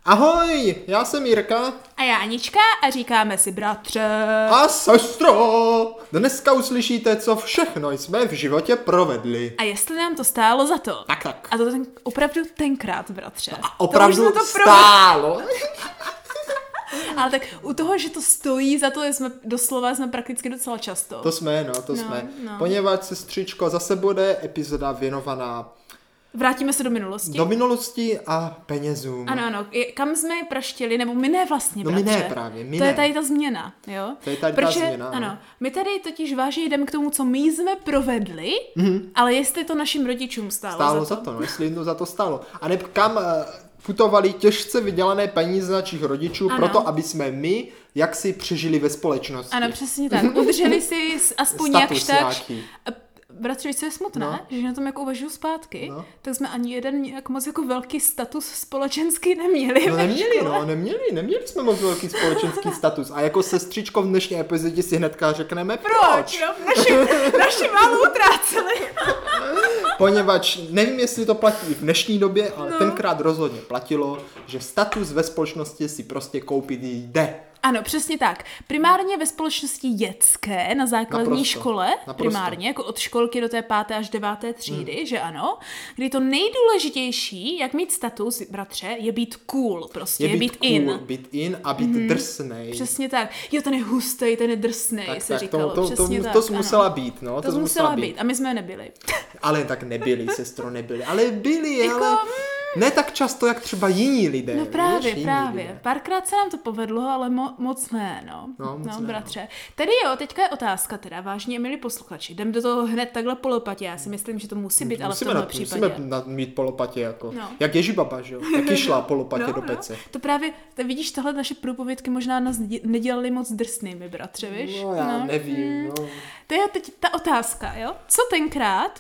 Ahoj, já jsem Jirka. A já Anička a říkáme si bratře. A sestro. Dneska uslyšíte, co všechno jsme v životě provedli. A jestli nám to stálo za to. Tak. A to opravdu tenkrát, bratře. A opravdu to stálo. Ale tak u toho, že to stojí za to, jsme prakticky docela často. To jsme. Poněvadž, sestřičko, zase bude epizoda věnovaná. Vrátíme se do minulosti. Do minulosti a penězům. Ano. Kam jsme je praštili, nebo my ne vlastně, bratře. My ne právě, to je tady ta změna, jo? To je tady ta změna. Ano, my tady totiž vážně jdeme k tomu, co my jsme provedli, ale jestli to našim rodičům stálo za to. No, jestli jim to za to stálo. A ne kam putovali těžce vydělané peníze našich rodičů, proto aby jsme my jaksi přežili ve společnosti. Ano, přesně tak. Udrželi si aspoň jakž tak. Bratře, co je smutné, že na tom jako uvažuji zpátky, tak jsme ani jeden nějak moc jako velký status společenský neměli. Neměli jsme moc velký společenský status. A jako sestřičko v dnešní epizodě si hnedka řekneme proč. Naši málo utráceli. Poněvadž nevím, jestli to platí v dnešní době, ale tenkrát rozhodně platilo, že status ve společnosti si prostě koupit jde. Ano, přesně tak. Primárně ve společnosti dětské, na základní škole, primárně, jako od školky do té 5. až 9. třídy, že ano, kdy to nejdůležitější, jak mít status, bratře, je být cool, prostě, je být cool, in. Být in a být drsnej. Přesně tak. Jo, ten je hustej, ten je drsnej, se říkalo. To musela být, no. To musela být. A my jsme nebyli. Ale tak nebyli, sestro, nebyli. Ale byli, ale... Ne tak často, jak třeba jiní lidé. No právě. Párkrát se nám to povedlo, ale moc ne, no. Bratře. Tedy jo, teďka je otázka teda, vážně, milí posluchači. Jdem do toho hned takhle po lopatě, já si myslím, že to musí být, ale v tomhle případě. Musíme mít po lopatě, jako. Jak Ježibaba, že jo? Taky šla po lopatě do pece. To právě, vidíš, tahle naše průpovědky možná nás nedělali moc drsnými, bratře, víš? No já nevím, To je teď ta otázka, jo? Co tenkrát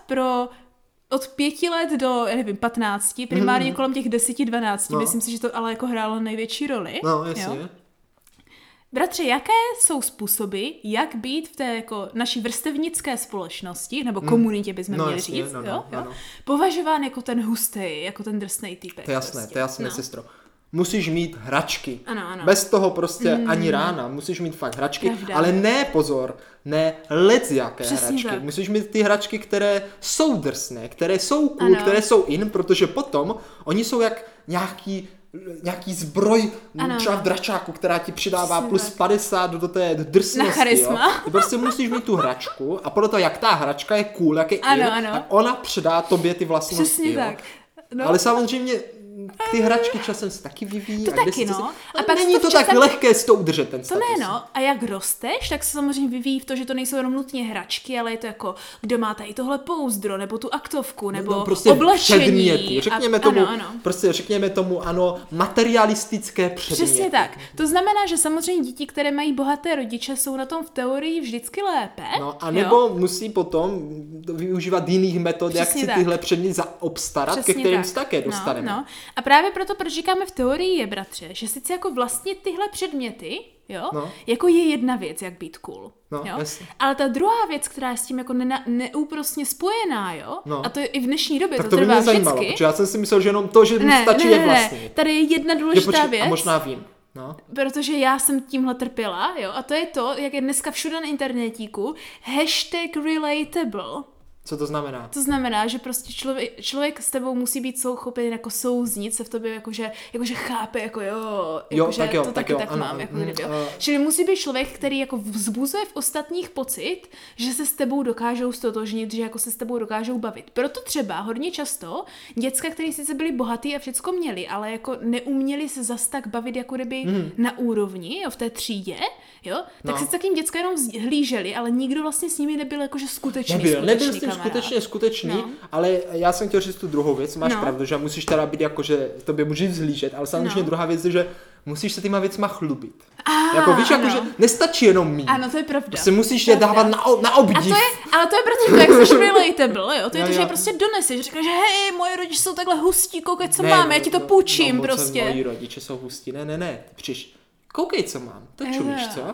od 5 let do, 15, primárně kolem těch 10-12, myslím si, že to ale jako hrálo největší roli. No, jasně. Jo? Bratře, jaké jsou způsoby, jak být v té jako naší vrstevnické společnosti, nebo komunitě bychom měli říct, jo? Považován jako ten hustý, jako ten drsnej typek. To je jasné, sestro. Musíš mít hračky. Ano. Bez toho prostě ani rána. Musíš mít fakt hračky. Pravda. Ale ne, pozor, ne jaké hračky. Tak. Musíš mít ty hračky, které jsou drsné, které jsou cool, které jsou in, protože potom oni jsou jak nějaký zbroj třeba v dračáku, která ti přidává plus 50 do té drsnosti. Na charisma. Jo? Ty prostě musíš mít tu hračku a podle toho, jak ta hračka je cool, jak je in, tak ona předá tobě ty vlastnosti. Přesně tak. No. Ale samozřejmě ty hračky časem se taky vyvíjí. To taky, A pak není to tak lehké s tou udržet ten status. To ne, A jak rosteš, tak se samozřejmě vyvíjí v to, že to nejsou jenom nutně hračky, ale je to jako, kdo má tady tohle pouzdro, nebo tu aktovku, nebo prostě oblečení. Předměty. Řekněme tomu, materialistické předměty. Přesně tak. To znamená, že samozřejmě děti, které mají bohaté rodiče, jsou na tom v teorii vždycky lépe. No, a nebo musí potom využívat jiných metod, jak si tyhle předměty zaobstarat, ke kterým se také dostaneme. No. A právě proto, proč říkáme v teorii je, bratře, že sice jako vlastně tyhle předměty, jako je jedna věc, jak být cool. Ale ta druhá věc, která je s tím jako neúprosně spojená, a to je i v dnešní době, tak to trvá vždycky. Protože já jsem si myslel, že jenom to, že mi stačí je vlastně. Tady je jedna důležitá věc. A možná vím. No. Protože já jsem tímhle trpěla, a to je to, jak je dneska všude na internetíku, #relatable. Co to znamená? To znamená, že prostě člověk s tebou musí být schopen jako souznit se v tobě, jakože chápe, to taky mám. Čili musí být člověk, který jako vzbuzuje v ostatních pocit, že se s tebou dokážou stotožnit, že jako se s tebou dokážou bavit. Proto třeba hodně často děcka, který sice byli bohatý a všecko měli, ale jako neuměli se zas tak bavit jako kdyby na úrovni, v té třídě, tak si takým děcka jenom hlíželi, ale nikdo vlastně s nimi nebyl jakože skutečný, ale já jsem chtěl říct tu druhou věc, máš pravdu, že musíš teda být jako, že tobě můžeš vzhlížet, ale samozřejmě druhá věc je, že musíš se těma věcma chlubit. Víš, že nestačí jenom mít. Ano, to je pravda. Se musíš je dávat na obdiv. Ale to je protože jak jsi relatable, to je to, že je prostě doneseš, říkáš, že hej, moje rodiče jsou takhle hustí, koukej, co máme, já ti to půjčím prostě. Moji rodiče jsou hustí, ne, koukej, co mám, to čumíš, co?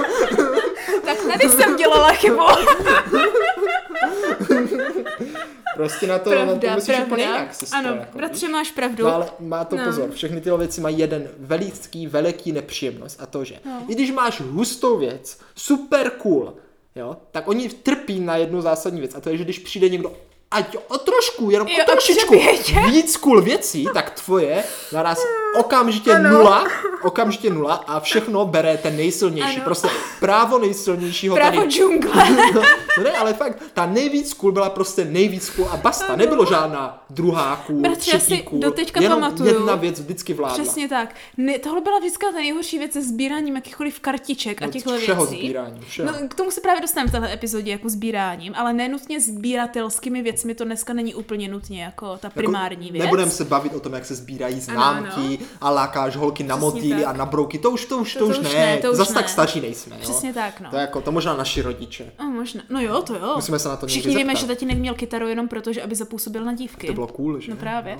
Tak tady jsem dělala chybu. Prostě na to musíš úplně jinak, sestra. Ano, jako, bratře, máš pravdu. No, ale má to pozor, všechny tyhle věci mají jeden veliký nepříjemnost a to, že i když máš hustou věc, super cool, jo, tak oni trpí na jednu zásadní věc a to je, že když přijde někdo ať o trošku, jenom o trošičku víc cool věcí, tak tvoje naraz okamžitě nula a všechno bere ten nejsilnější. Ano. Prostě právo nejsilnějšího právo tady. džungle. Ne, ale fakt, ta nejvíc cool byla prostě nejvíc cool a basta. Ano. Nebylo žádná druhá cool, třetí cool. Jenom pamatuju. Jedna věc vždycky vládla. Přesně tak. Tohle byla vždycky ta nejhorší věc se sbíráním jakýchkoliv kartiček a těchto věcí. Všeho sbírání. No, k tomu se právě dostaneme v téhle epizodě jako sbíráním, ale nenutně sbíratelskými věcmi to dneska není úplně nutně jako ta primární věc. Nebudeme se bavit o tom, jak se sbírají známky a lákáš holky na motýly a na brouky. To už ne. Zas tak staří nejsme. Přesně jo? tak, no. To možná naši rodiče. Možná. No jo, to jo. Musíme se na to někdy všichni víme, zeptat. že tatínek měl kytaru jenom proto, že aby zapůsobil na dívky. To bylo cool, že? No právě.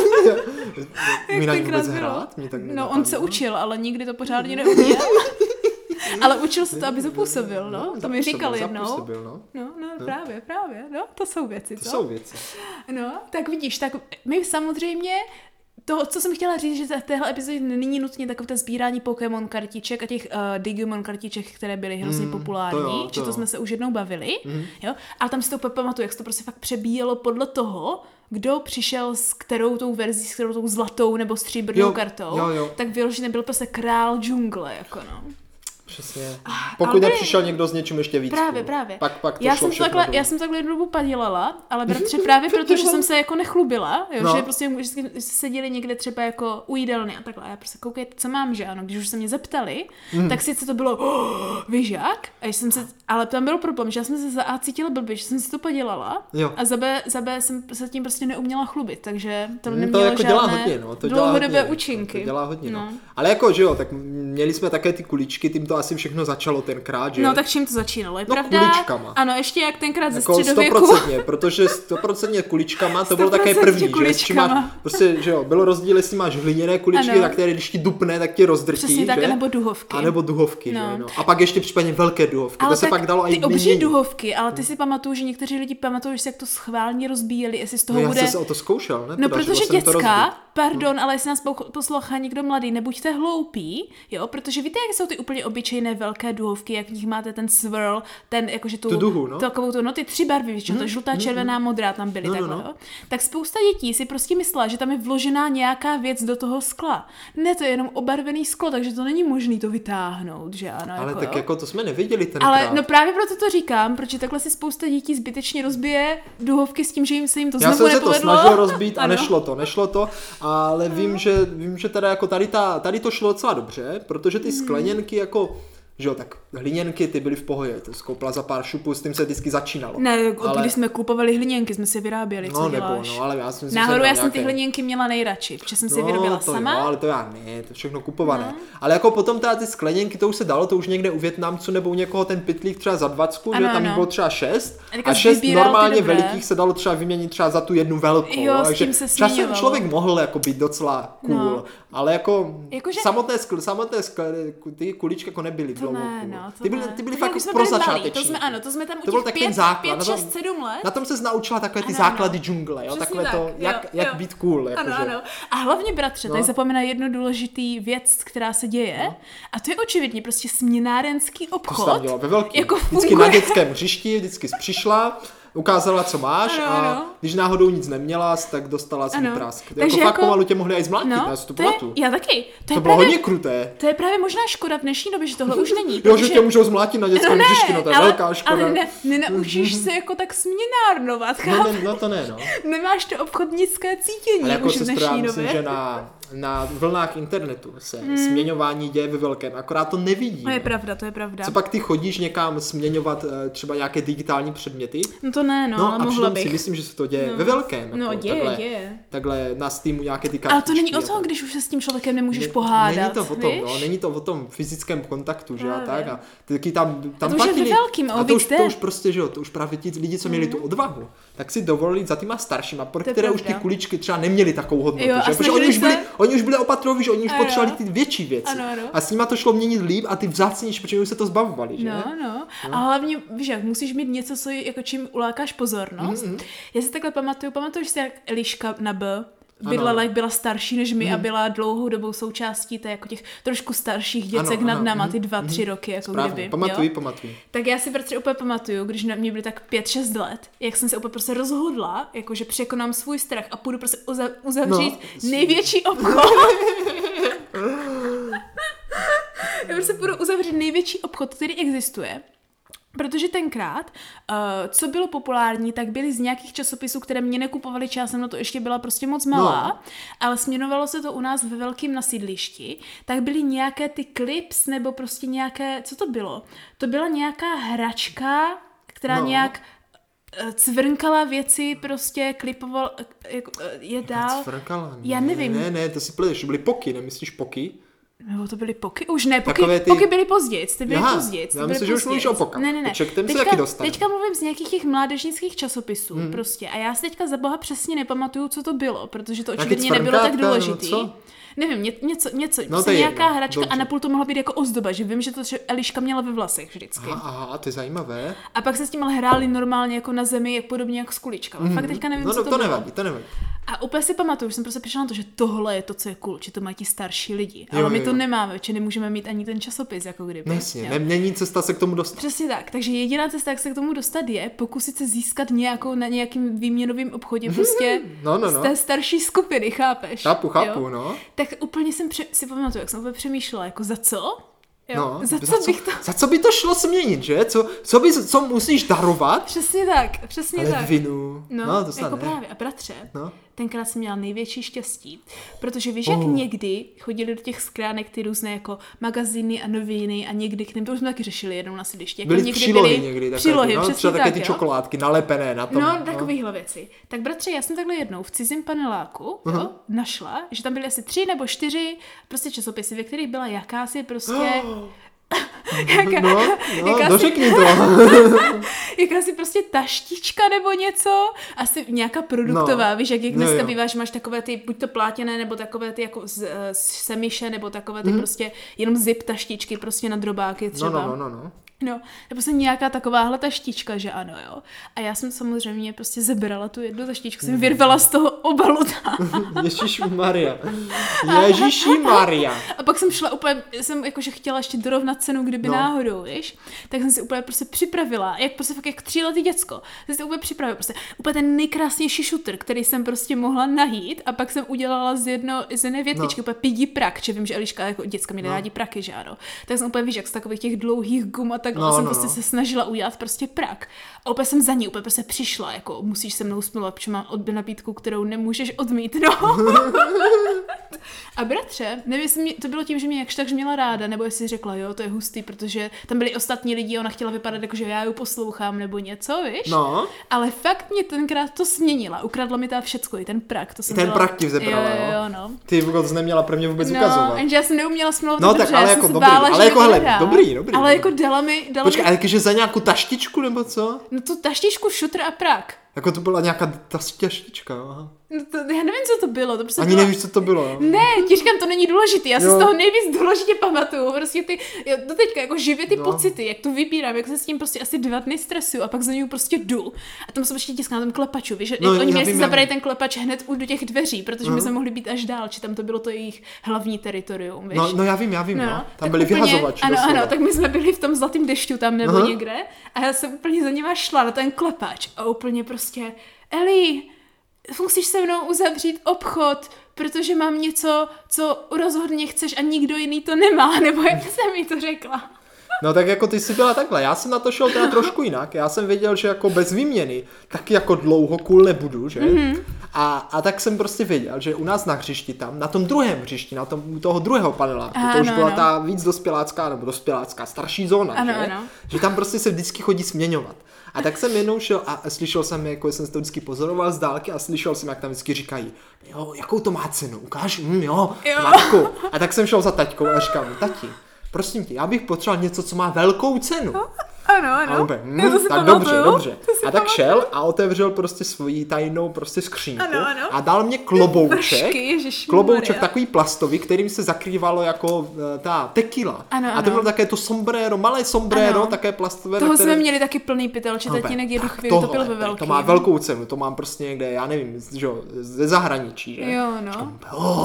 Umí na ní vůbec hrát? No on se učil, ale nikdy to pořádně neuměl. Ale učil se to, aby zapůsobil, no. To mi říkal jednou. No, právě. No, to jsou věci, co? To jsou věci. No, tak vidíš, tak my samozřejmě to, co jsem chtěla říct, že v téhle epizodě není nutně takové sbírání Pokémon kartiček a těch Digimon kartiček, které byly hrozně populární, to jsme se už jednou bavili, jo? Ale tam si to pamatuju, jak se to prostě fakt přebíjelo podle toho, kdo přišel s kterou tou verzí, s kterou tou zlatou nebo stříbrnou kartou, tak vyloženě byl prostě král džungle, jako no. Přesně. Pokud nepřišel někdo s něčím ještě víc. Právě. Pak to já jsem takhle jednu dobu padělala, ale bratře právě protože jsem se jako nechlubila, jo, že prostě vždycky seděli někde třeba jako u jídelny a takhle. A já prostě koukejte, co mám, že ano. Když už se mě zeptali, tak sice to bylo víš jak? Ale tam byl problém, že já jsem se cítila blbě, že jsem si to podělala a za B jsem se tím prostě neuměla chlubit, takže to nemělo jako žádné dlouhodobé účinky. To dělá hodně, no. Ale jako, že jo, tak měli jsme také ty kuličky, tím to asi všechno začalo tenkrát, že? No tak čím to začínalo, je pravda? Kuličkama. Ano, ještě jak tenkrát ze jako středověku. 100%, protože 100% kuličkama, to bylo také první, že? Máš, prostě, že jo, bylo rozdíl, jestli máš hliněné kuličky, na které když ti dupne, tak ti rozdrtí, přesně tak, že? Nebo duhovky, že? No. A pak ještě případně velké duhovky, ale to se pak dalo i ty obří duhovky, ale ty si pamatuju, že někteří lidi pamatují, že se jak to schválně rozbíjeli, jestli z toho bude. Já jsem se o to zkoušel, ne? No protože děcka, pardon, ale jestli nás poslouchá někdo mladý, nebuďte hloupí, jo, protože víte, jak jsou ty úplně obyčejné velké duhovky, jak v nich máte ten swirl, ten jakože tu duhu, no. Takovou tu, no ty 3 barvy, víš, to žlutá, červená, modrá tam byly takhle, jo. Tak spousta dětí si prostě myslela, že tam je vložená nějaká věc do toho skla. Ne, to je jenom obarvený sklo, takže to není možný to vytáhnout, že ano. Ale jako, tak jako to jsme nevěděli tenkrát. Ale no právě proto to říkám, protože takhle si spousta dětí zbytečně rozbije duhovky s tím, že se jim to znovu nepovedlo. Já jsem se to snažil rozbít a nešlo to, ale vím, že teda jako tady to šlo docela dobře, protože ty skleněnky jako že jo, tak hliněnky, ty byly v pohodě, to skoupila za pár šupů, s tím se vždycky začínalo. Ne, když jsme kupovali hliněnky, jsme si vyráběli, co děláš? Ale já jsem si náhodou já jsem ty hliněnky měla nejradši, protože jsem si je vyrobila sama. Jo, ale to já ne, to všechno kupované. No. Ale jako potom ty skleněnky, to už se dalo, to už někde u Vietnamců nebo u někoho ten pytlík třeba za 20, že tam jich bylo třeba 6 a 6 normálně velikých se dalo třeba vyměnit třeba za tu jednu velkou. Jo, takže časem člověk mohl jako být docela cool, ale jako samotné ty kuličky jako nebyly. Ty byly fakt pro začáteční. To jsme tam u těch 5, 6, 7 let. Na tom se naučila takové ty základy džungle, jo? Takové tak, to, jak být cool. Ano. A hlavně, bratře, tady zapomíná jednu důležitý věc, která se děje, a to je očividně prostě směnárenský obchod. To se tam dělá ve velkým. Jako vždycky na dětském hřišti, vždycky přišla, ukázala, co máš a když náhodou nic neměla, tak dostala svůj prásk. Jako fakt pomalu tě mohli i zmlátit, já taky. To bylo hodně kruté. To je právě možná škoda v dnešní době, že tohle už není. Jo, že tě můžou zmlátit na dětském hřišti, to je velká škoda. Ale nenaučíš se jako tak směnárnovat, chápeš? No to ne, no. Nemáš to obchodnické cítění ale jako už v dnešní době. Myslím, že na vlnách internetu se směňování děje ve velkém, akorát to nevidí. To je pravda. Co pak ty chodíš někam směňovat třeba nějaké digitální předměty? No to ne, ale mohla bych. Si myslím, že se to děje ve velkém. No jako, děje. Takhle na Steamu nějaké ty kartičky. Ale to není o tom, když už se s tím člověkem nemůžeš pohádat. Není to o tom, není to o tom fyzickém kontaktu, že a tak. A taky tam a to už je ve velkým, a to už prostě, že jo, to už právě ti lidi, co měli tu odvahu, tak si dovolili za těma staršíma, pro které už ty kuličky třeba neměly takovou hodnotu, že? Protože Oni už byli opatroví, že oni už potřebovali ty větší věci. Ano. A s nima to šlo měnit líp a ty vzácnější, protože už se to zbavovali, že? No. A hlavně, víš jak, musíš mít něco, co jako čím ulákáš pozornost. Já si takhle pamatuješ si, jak Eliška na B bydlela, jak byla starší než my a byla dlouhou dobou součástí té jako těch trošku starších děcek nad náma, ty 2-3 roky, jako správně. kdyby. Pamatuj. Tak já si prostě úplně pamatuju, když na mě byly tak 5-6 let, jak jsem se úplně prostě rozhodla, jakože překonám svůj strach a půjdu prostě uzavřít největší obchod. Já prostě půjdu uzavřít největší obchod, který existuje. Protože tenkrát, co bylo populární, tak byly z nějakých časopisů, které mě nekupovaly, já jsem na to ještě byla prostě moc malá, ale směrovalo se to u nás ve velkém na sídlišti, tak byly nějaké ty clips, nebo prostě nějaké, co to bylo? To byla nějaká hračka, která nějak cvrnkala věci, prostě klipoval, je dál. Cvrnkala? Já nevím. Ne, to si pleteš, to byly poky, nemyslíš poky? Nebo to byly poky? Už ne, poky byly později. Já myslím, že už mluvíš o pokách. Ne. Teďka mluvím z nějakých těch mládežnických časopisů prostě a já si teďka za boha přesně nepamatuju, co to bylo, protože to očividně nebylo tak důležitý. Nevím, něco, prostě nějaká hračka a napůl to mohla být jako ozdoba, že vím, že to Eliška měla ve vlasech vždycky. Aha, to je zajímavé. A pak se s tím ale hráli normálně jako na zemi, jak podobně jako s kuličkami. Fakt teďka nevím, co to bylo. To nevadí. A úplně si pamatuju, že jsem prostě přišla na to, že tohle je to, co je cool, že to mají ti starší lidi. Ale my to nemáme, že nemůžeme mít ani ten časopis, jako kdyby. Jasně, není cesta se k tomu dostat. Přesně tak, takže jediná cesta, jak se k tomu dostat, je pokusit se získat na nějakým výměnovým obchodě prostě z té starší skupiny, chápeš? Chápu, no. Tak úplně jsem si pamatuju, jak jsem úplně přemýšlela, jako za co? Jo, za co by to šlo změnit, že? Co musíš darovat? Přesně tak. Ale vinu. No to jako právě. A bratře, tenkrát jsem měla největší štěstí, protože víš, jak někdy chodili do těch skránek ty různé jako magazíny a noviny a někdy k nim, to už jsme taky řešili jednou na sídlišti. Jako byly přílohy někdy. Přílohy, přesně třeba také ty jo. čokoládky nalepené na tom. No, takovýhle věci. Tak bratře, já jsem takhle jednou v cizím paneláku našla, že tam byly asi 3 nebo 4 prostě časopisy, ve kterých byla jakási prostě... dořekni to. Jakási prostě taštička nebo něco, asi nějaká produktová, víš, jak dneska býváš, máš takové ty, buď to plátěné, nebo takové ty jako z semiše, nebo takové ty prostě jenom zip taštičky prostě na drobáky třeba. No, je prostě nějaká takováhle taštička, že ano, jo. A já jsem samozřejmě prostě zebrala tu jednu taštičku, jsem vyrvala z toho obalu Ježišmarja. A pak jsem šla úplně, jsem jakože chtěla ještě dorovnat cenu, kdyby náhodou, víš. Tak jsem si úplně prostě připravila, jak prostě fakt jak 3letý děcko. Jsem si úplně připravila prostě úplně ten nejkrásnější šutr, který jsem prostě mohla nahít a pak jsem udělala z jedné větvičky úplně pidí prak, že vím, že Eliška jako děcka měly rádi praky, že ano. Tak jsem úplně, víš, jak z takových těch dlouhých gum a takhle jsem prostě se snažila udělat prostě prak. A úplně jsem za ní úplně prostě přišla, jako musíš se mnou smlouvat, protože mám nabídku, kterou nemůžeš odmítnout. A bratře, nevím, jestli to bylo tím, že mě jakž tak měla ráda, nebo jestli řekla, jo, to je hustý, protože tam byli ostatní lidi a ona chtěla vypadat jako, že já ji poslouchám, nebo něco, víš? No. Ale fakt mě tenkrát to změnila, ukradla mi ta všecko, i ten prak. To jsem ten prak ti vzebrala, jo, no. Ty vůbec neměla pro mě vůbec ukazovat. No, jenže já jsem neuměla smlouvat, no, tak ale jako dobrý, bála, ale jako hele, dobrý. Ale jako dala mi... Počkej, ale jakože za nějakou taštičku, nebo co? No tu taštičku, šutr a prak. Jako to byla nějaká taštička, aha. No to, já nevím, co to bylo. To prostě ani nevíš, co to bylo. Ne, těžkám, to není důležitý. Já si z toho nejvíc důležitě pamatuju. Prostě do teďka jako živě ty pocity, jak to vybírám, jak se s tím prostě asi 2 dny stresuju a pak za něj prostě jdu. A tam jsem ještě tiskala na tom klepaču, víš, že oni měli si zabrat ten klepač hned do těch dveří, protože my jsme mohli být až dál, či tam to bylo to jejich hlavní teritorium, víš. No já vím. No. Tam byli vyhazovači. Ano, tak my jsme byli v tom zlatém dešťu tam nebo někde a já jsem úplně za nima šla na ten klepač a úplně prostě Eli, musíš se mnou uzavřít obchod, protože mám něco, co rozhodně chceš a nikdo jiný to nemá, nebo jak jsem mi to řekla. No tak jako ty jsi byla takhle, já jsem na to šel teda trošku jinak, já jsem věděl, že jako bez výměny taky jako dlouho cool nebudu, že? Mm-hmm. A tak jsem prostě věděl, že u nás na hřišti tam, na tom druhém hřišti, u toho druhého paneláku, to už byla ta víc dospělácká, starší zóna, že? Že tam prostě se vždycky chodí směňovat. A tak jsem jednou šel a slyšel jsem, jako jsem to vždycky pozoroval z dálky a slyšel jsem, jak tam vždycky říkají, jo, jakou to má cenu, ukáž, taťku. A tak jsem šel za taťkou a říkal, tati, prosím tě, já bych potřeboval něco, co má velkou cenu. Ano. Tak dobře. A tak šel a otevřel prostě svoji tajnou prostě skřínku a dal mě klobouček takový plastový, kterým se zakrývalo jako ta tequila. A to bylo také to sombrero, malé sombrero, také plastové. Toho jsme měli taky plný pytel, že tatínek jednu chvíli to pil ve velkým. To má velkou cenu, to mám prostě někde, já nevím, ze zahraničí, že? Jo, no.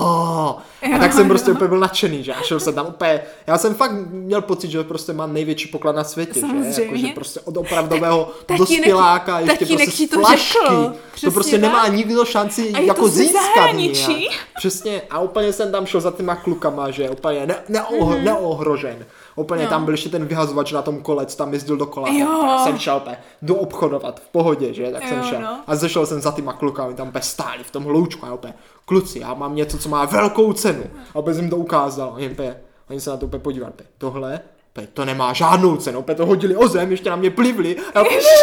A tak jsem prostě úplně byl nadšený, že? A šel jsem tam úplně, já jsem fakt měl pocit, že prostě mám největší poklad na světě, že? Jakože prostě od opravdového dospěláka ještě prostě z flašky. To prostě nemá nikdo šanci jako získat nějak. Přesně. A úplně jsem tam šel za těma klukama, že? Úplně neohrožen. Úplně tam byl ještě ten vyhazovač na tom kole, co tam jezdil dokola. Jsem šel do obchodovat v pohodě, že? Tak jsem šel. A zešel jsem za těma klukami, tam stáli v tom hloučku. A opět, kluci, já mám něco, co má velkou cenu. A opět jsem to ukázal. Oni se na to opět podívali. Tohle, to nemá žádnou cenu. Opět to hodili o zem, ještě na mě plivli. A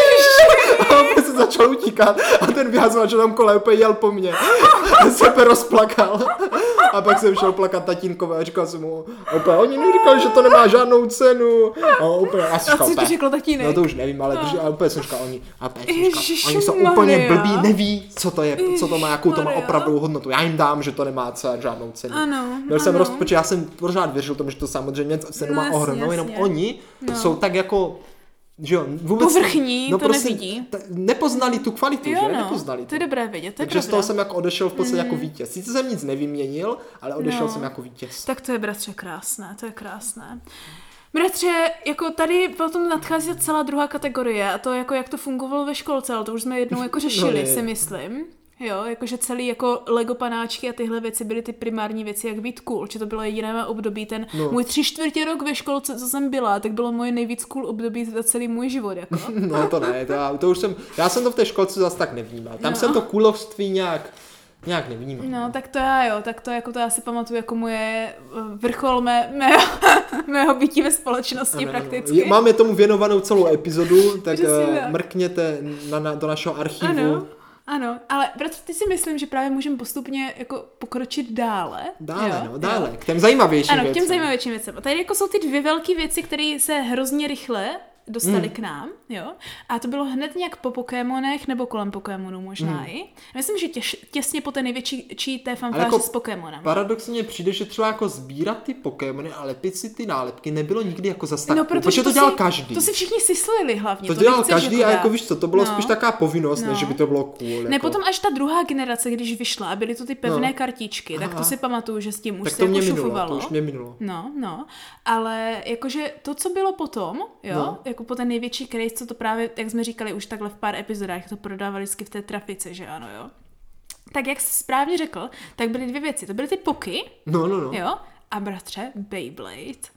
opět se začal utíkat. A ten vyhazovač na tom kole opět jel po mně. A se opět rozplakal. A pak jsem šel plakat tatínkové a říkal jsem mu, opět, oni mi říkali, že to nemá žádnou cenu. A co ti řekl tatínek? No to už nevím, ale opět jsem říkal, oni jsou úplně blbí, neví, co to je, co to má, jakou to má opravdovou hodnotu. Já jim dám, že to nemá žádnou cenu. Byl jsem protože já jsem pořád věřil tomu, že to samozřejmě cenu má ohromnou, jenom oni jsou tak jako že jo, vůbec povrchní, to prostě nevidí. Nepoznali tu kvalitu, jo, že? Nepoznali to je dobré vědět, to je takže z toho jsem jako odešel v podstatě jako vítěz. Sice jsem nic nevyměnil, ale odešel jsem jako vítěz. Tak to je, bratře, krásné, to je krásné. Bratře, jako tady potom nadchází celá druhá kategorie a to jako jak to fungovalo ve školce, ale to už jsme jednou jako řešili, si myslím. Jo, jakože celý jako Lego panáčky a tyhle věci byly ty primární věci, jak být cool, že to bylo jediné období, můj 3/4 rok ve školce, co jsem byla, tak bylo moje nejvíc cool období za celý můj život, jako. No to ne, to už já jsem to v té školce zase tak nevnímal, tam jsem to coolovství nějak nevnímal. No, tak to já si pamatuju jako moje vrchol mého bytí ve společnosti prakticky. Máme tomu věnovanou celou epizodu, tak mrkněte do našeho archivu. Ano, ale bratře, ty si myslím, že právě můžeme postupně jako pokročit dále. Dále, k těm zajímavějším věcem. Ano, k těm zajímavějším věcem. A tady jako jsou ty dvě velké věci, které se hrozně rychle dostali k nám, jo. A to bylo hned nějak po Pokémonech nebo kolem Pokémonů možná i. Myslím, že těsně po té největší té fanfáži jako s Pokémonem. Paradoxně přijde, že třeba jako sbírat ty Pokémony a lepit si ty nálepky nebylo nikdy jako zas tak. No, protože to dělal každý. To si všichni syslili hlavně. To dělal každý a jako víš co, to bylo spíš taková povinnost, než by to bylo cool. Ne, jako. Potom až ta druhá generace, když vyšla a byly to ty pevné kartičky, tak to si pamatuju, že s tím už se jako šufovalo. To už mě minulo. No, ale jakože to, co bylo potom, jo, jako po ten největší craze, co to právě, jak jsme říkali už takhle v pár epizodách, to prodávali vždycky v té trafice, že ano, jo. Tak jak jsi správně řekl, tak byly dvě věci. To byly ty Poky, jo, a bratře, Beyblade.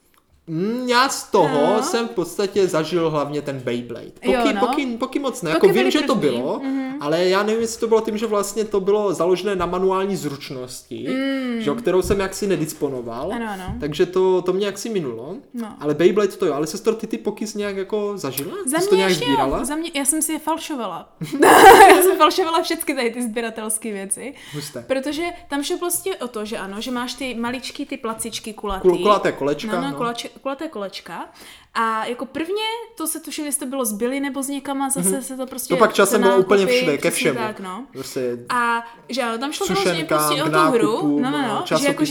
Já z toho jsem v podstatě zažil hlavně ten Beyblade. Poky moc ne, jako vím, že to bylo, ale já nevím, jestli to bylo tím, že vlastně to bylo založené na manuální zručnosti, že, kterou jsem jaksi nedisponoval, takže to mě jaksi minulo, ale Beyblade to jo, ale sestro, ty Poky jsi nějak jako zažila? Jsi to nějak sbírala? Já jsem si je falšovala. Já jsem falšovala všechny tady ty sběratelské věci, protože tam šlo prostě o to, že ano, že máš ty maličký ty placičky kulatý. Kulaté kolečka. Kulaté kolečka. A jako prvně, to se tuším, jestli to bylo z Billy nebo z někama, zase se to prostě... To pak časem bylo úplně všude, ke všemu. Tak, no. Prostě a že ano, tam šlo vlastně prostě o tu hru, že jako,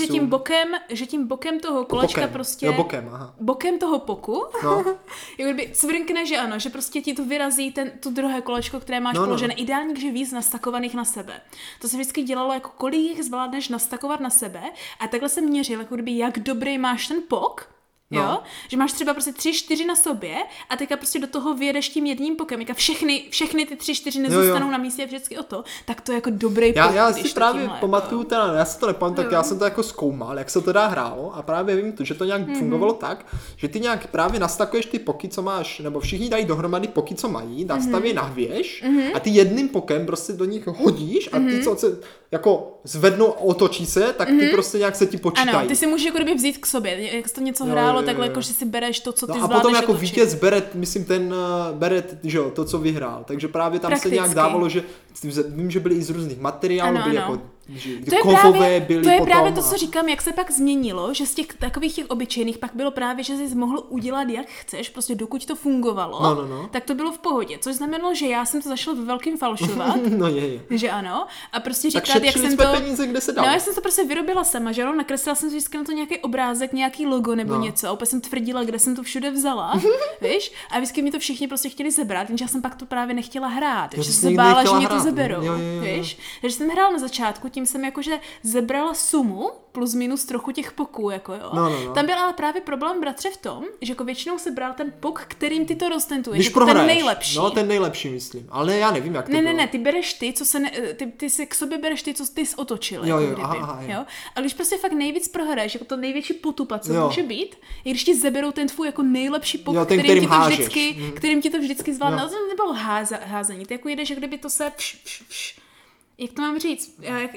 že tím bokem toho kolečka prostě... Jo, bokem toho Poku, jako kdyby svrnkne, že ano, že prostě ti to vyrazí tu druhé kolečko, které máš položené. Ideálně, že víc nastakovaných na sebe. To se vždycky dělalo, jako kolik jich zvládneš nastakovat na sebe a takhle se měřil, jako kdyby jak dobrý máš ten Pok. Jo? Že máš třeba prostě 3-4 na sobě a teďka prostě do toho vyjedeš tím jedním Pokem. Jako všechny ty 3-4 nezůstanou na místě vždycky o to, tak to je jako dobrý Pok. Já si právě pamatuju, já si to nepamatuju, tak já jsem to jako zkoumal, jak se to dá hrálo a právě vím to, že to nějak fungovalo tak, že ty nějak právě nastakuješ ty Poky, co máš, nebo všichni dají dohromady Poky, co mají, nastaví na hvěž a ty jedným Pokem prostě do nich hodíš a ty, co se jako zvednou a otočí se, tak ty prostě nějak se ti počítají. Ano, ty si můžeš jako kdyby vzít k sobě, jak to něco hrálo, takhle jako, že si bereš to, co ty zvládneš. A potom jako vítěz bere, myslím bere, že jo, to, co vyhrál. Takže právě tam se nějak dávalo, že vím, že byly i z různých materiálů, byly jako kovové byly. To je potom právě to, co říkám, jak se pak změnilo, že z těch takových těch obyčejných pak bylo právě, že jsi mohl udělat jak chceš, prostě dokud to fungovalo, tak to bylo v pohodě. Což znamenalo, že já jsem to zašla ve velkým falšovat. No je. Že ano. A prostě tak říkat, jak jsem to... peníze, kde se dalo. No, já jsem to prostě vyrobila sama, že jo, nakreslila jsem si vždycky na to nějaký obrázek, nějaký logo nebo něco. A úplně jsem tvrdila, kde jsem to všude vzala, víš? A vždycky mi to všichni prostě chtěli zabrat, jenže já jsem pak to právě nechtěla hrát, že jsem se bála, že mě to zaberou, víš? Takže jsem hrála na začátku, tím jsem jakože zebrala sumu plus minus trochu těch poků, jako jo. No. Tam byl ale právě problém, bratře, v tom, že jako většinou se bral ten pok, kterým ty to roztentuješ, když jako prohraješ, ten nejlepší. No, ten nejlepší, myslím. Ale já nevím, jak to bylo. Ne, ty bereš ty, co se ty si k sobě bereš ty, co ty jsi otočil, jo, jako jo. A když prostě fakt nejvíc prohraješ, jako to největší potupa, co může být, i když ti zaberou ten tvůj jako nejlepší pok, kterým ti to vždycky zvládne, to nebylo házení, ty jako jedeš, jak kdyby to se jak to mám říct,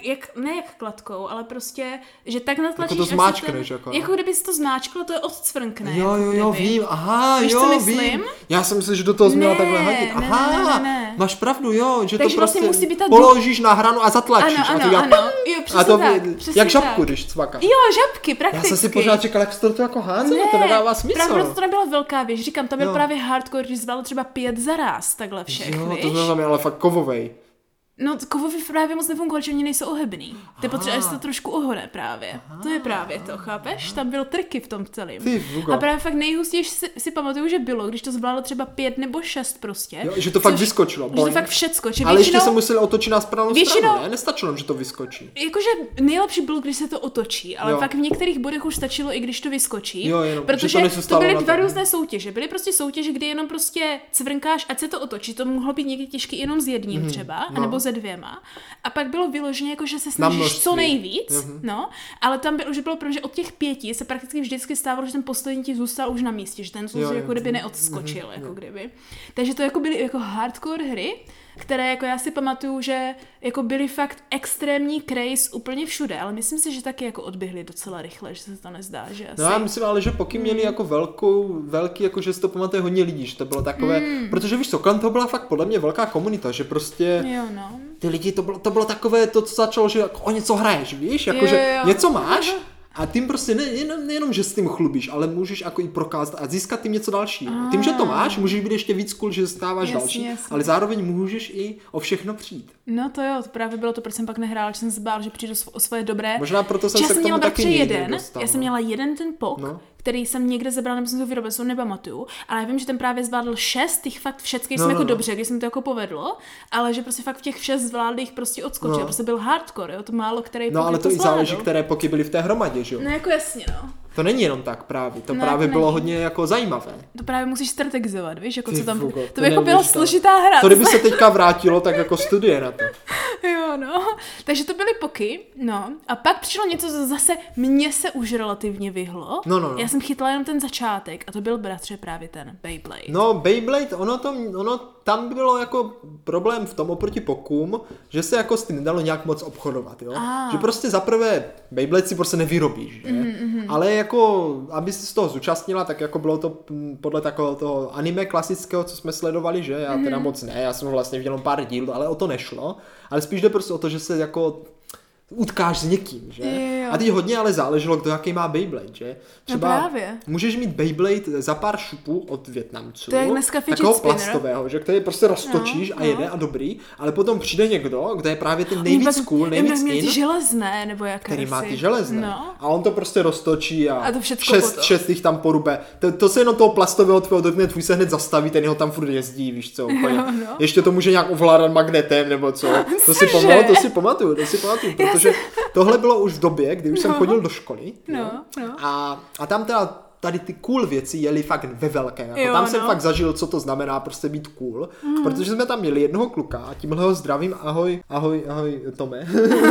ne jak kladkou, ale prostě, že tak natlačíš, jako to zmáčkneš, jako kdyby si to zmáčklo, to je odcvrkne. Jo, vím, Víš, vím. Já jsem myslel, že do toho měla takhle hadit. Ne. Máš pravdu, jo, že takže to prostě musí být položíš na hranu a zatlačíš. Ano, jo, přesně a to tak. Jak žabku, když cvakáš. Jo, žabky, prakticky. Já jsem si pořád čekal, jak to jako házelo, to nedává smysl. Právě to nebyla velká věc, říkám, tam byl právě hardcore, když zvládl třeba 5 za ráz, takhle všech, jo, víš? to znamená, ale fakt kovovej. No, kovový právě moc nefungoval, že oni nejsou ohebný. Ty potřebuješ to trošku ohore právě. To je právě to, chápeš? Tam byl triky v tom celém. A právě fakt nejhustější si pamatuju, že bylo, když to zvládlo třeba 5 nebo 6 prostě. Jo, že to fakt vyskočilo. Že to fakt všecko. Ale ještě se museli otočit na správnou stranu, ne? Nestačilo, že to vyskočí. Jakože nejlepší bylo, když se to otočí, ale fakt v některých bodech už stačilo, i když to vyskočí. Jo, protože to byly 2 různé soutěže. Byly prostě soutěže, kdy jenom prostě cvrnkáš, ať se to otočí. To mohlo být někdy těžké jenom s jedním třeba, anebo se 2. A pak bylo vyloženě, jako, že se snažíš co nejvíc, ale tam bylo, že bylo že od těch 5 se prakticky vždycky stávalo, že ten poslední ti zůstal už na místě, že ten jako kdyby neodskočil, jako kdyby. Takže to jako byly jako hardcore hry, které jako já si pamatuju, že jako byly fakt extrémní craze úplně všude, ale myslím si, že taky jako odběhly docela rychle, že se to nezdá, že asi. No já myslím ale, že poky měli jako velký, jako že si to pamatuje hodně lidí, že to bylo takové, protože víš co, kolem toho byla fakt podle mě velká komunita, že prostě ty lidi, to bylo takové to, co začalo, že jako o něco hraješ, víš, jako že něco máš. A tím prostě nejenom, že s tím chlubíš, ale můžeš jako i prokázat a získat tím něco dalšího. Tím, že to máš, můžeš být ještě víc cool, že stáváš další, ale zároveň můžeš i o všechno přijít. No to jo, to právě bylo to, proč jsem pak nehrála, že jsem se bál, že přijdu o svoje dobré. Možná proto jsem se k tomu taky jeden. Já jsem měla jeden ten pok, který jsem někde zebral, nebo jsem to vyrobil, jsem nepamatuju, ale já vím, že ten právě zvládl 6, těch fakt všetkých jsem jako dobře, když jsem to jako povedlo, ale že prostě fakt v těch 6 zvládl jich prostě odskočil, prostě byl hardcore, jo, to málo který No ale to i záleží, které poky byly v té hromadě, že jo? No jako jasně, no. To není jenom tak právě, to právě bylo hodně jako zajímavé. To právě musíš strategizovat, víš, jako co tam, to by jako byla složitá hra. To kdyby se teďka vrátilo, tak jako studie na to. Jo, no. Takže to byly poky, no. A pak přišlo něco, co zase mně se už relativně vyhlo. No. Já jsem chytla jenom ten začátek a to byl, bratře, právě ten Beyblade. No, Beyblade, ono tam bylo jako problém v tom oproti pokům, že se jako s tím nedalo nějak moc obchodovat, jo. Že prostě zaprvé Beyblade si prostě nevyrobíš, že? Ale jako, aby se z toho zúčastnila, tak jako bylo to podle takového toho anime klasického, co jsme sledovali, že? Já teda moc ne, já jsem vlastně viděl pár dílů, ale o to nešlo. Ale spíš jde prostě o to, že se jako utkáš s někým, že? Jo. A teď hodně ale záleželo, kdo jaký má Beyblade, že? Třeba no právě. Můžeš mít Beyblade za pár šupů od Vietnamců. To je dneska takového plastového, že? Který prostě roztočíš a jede a dobrý, ale potom přijde někdo, kdo je právě ten nejvíc cool, nejvíc in. Železné, nebo jak který má ty železné. A on to prostě roztočí a to šest jich tam porube. To se jenom toho plastového tvého dotkne, tvůj se hned zastaví, ten jeho tam furt jezdí, víš co? Ještě to může nějak ovládat magnetem nebo co. To si pamatuju, protože tohle bylo už v době, kdy už jsem chodil do školy. A tam teda tady ty cool věci jeli fakt ve velkém. Jako tam jsem fakt zažil, co to znamená prostě být cool. Protože jsme tam měli jednoho kluka a tímhle ho zdravím, ahoj Tome.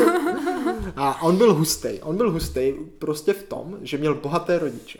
A on byl hustej prostě v tom, že měl bohaté rodiče.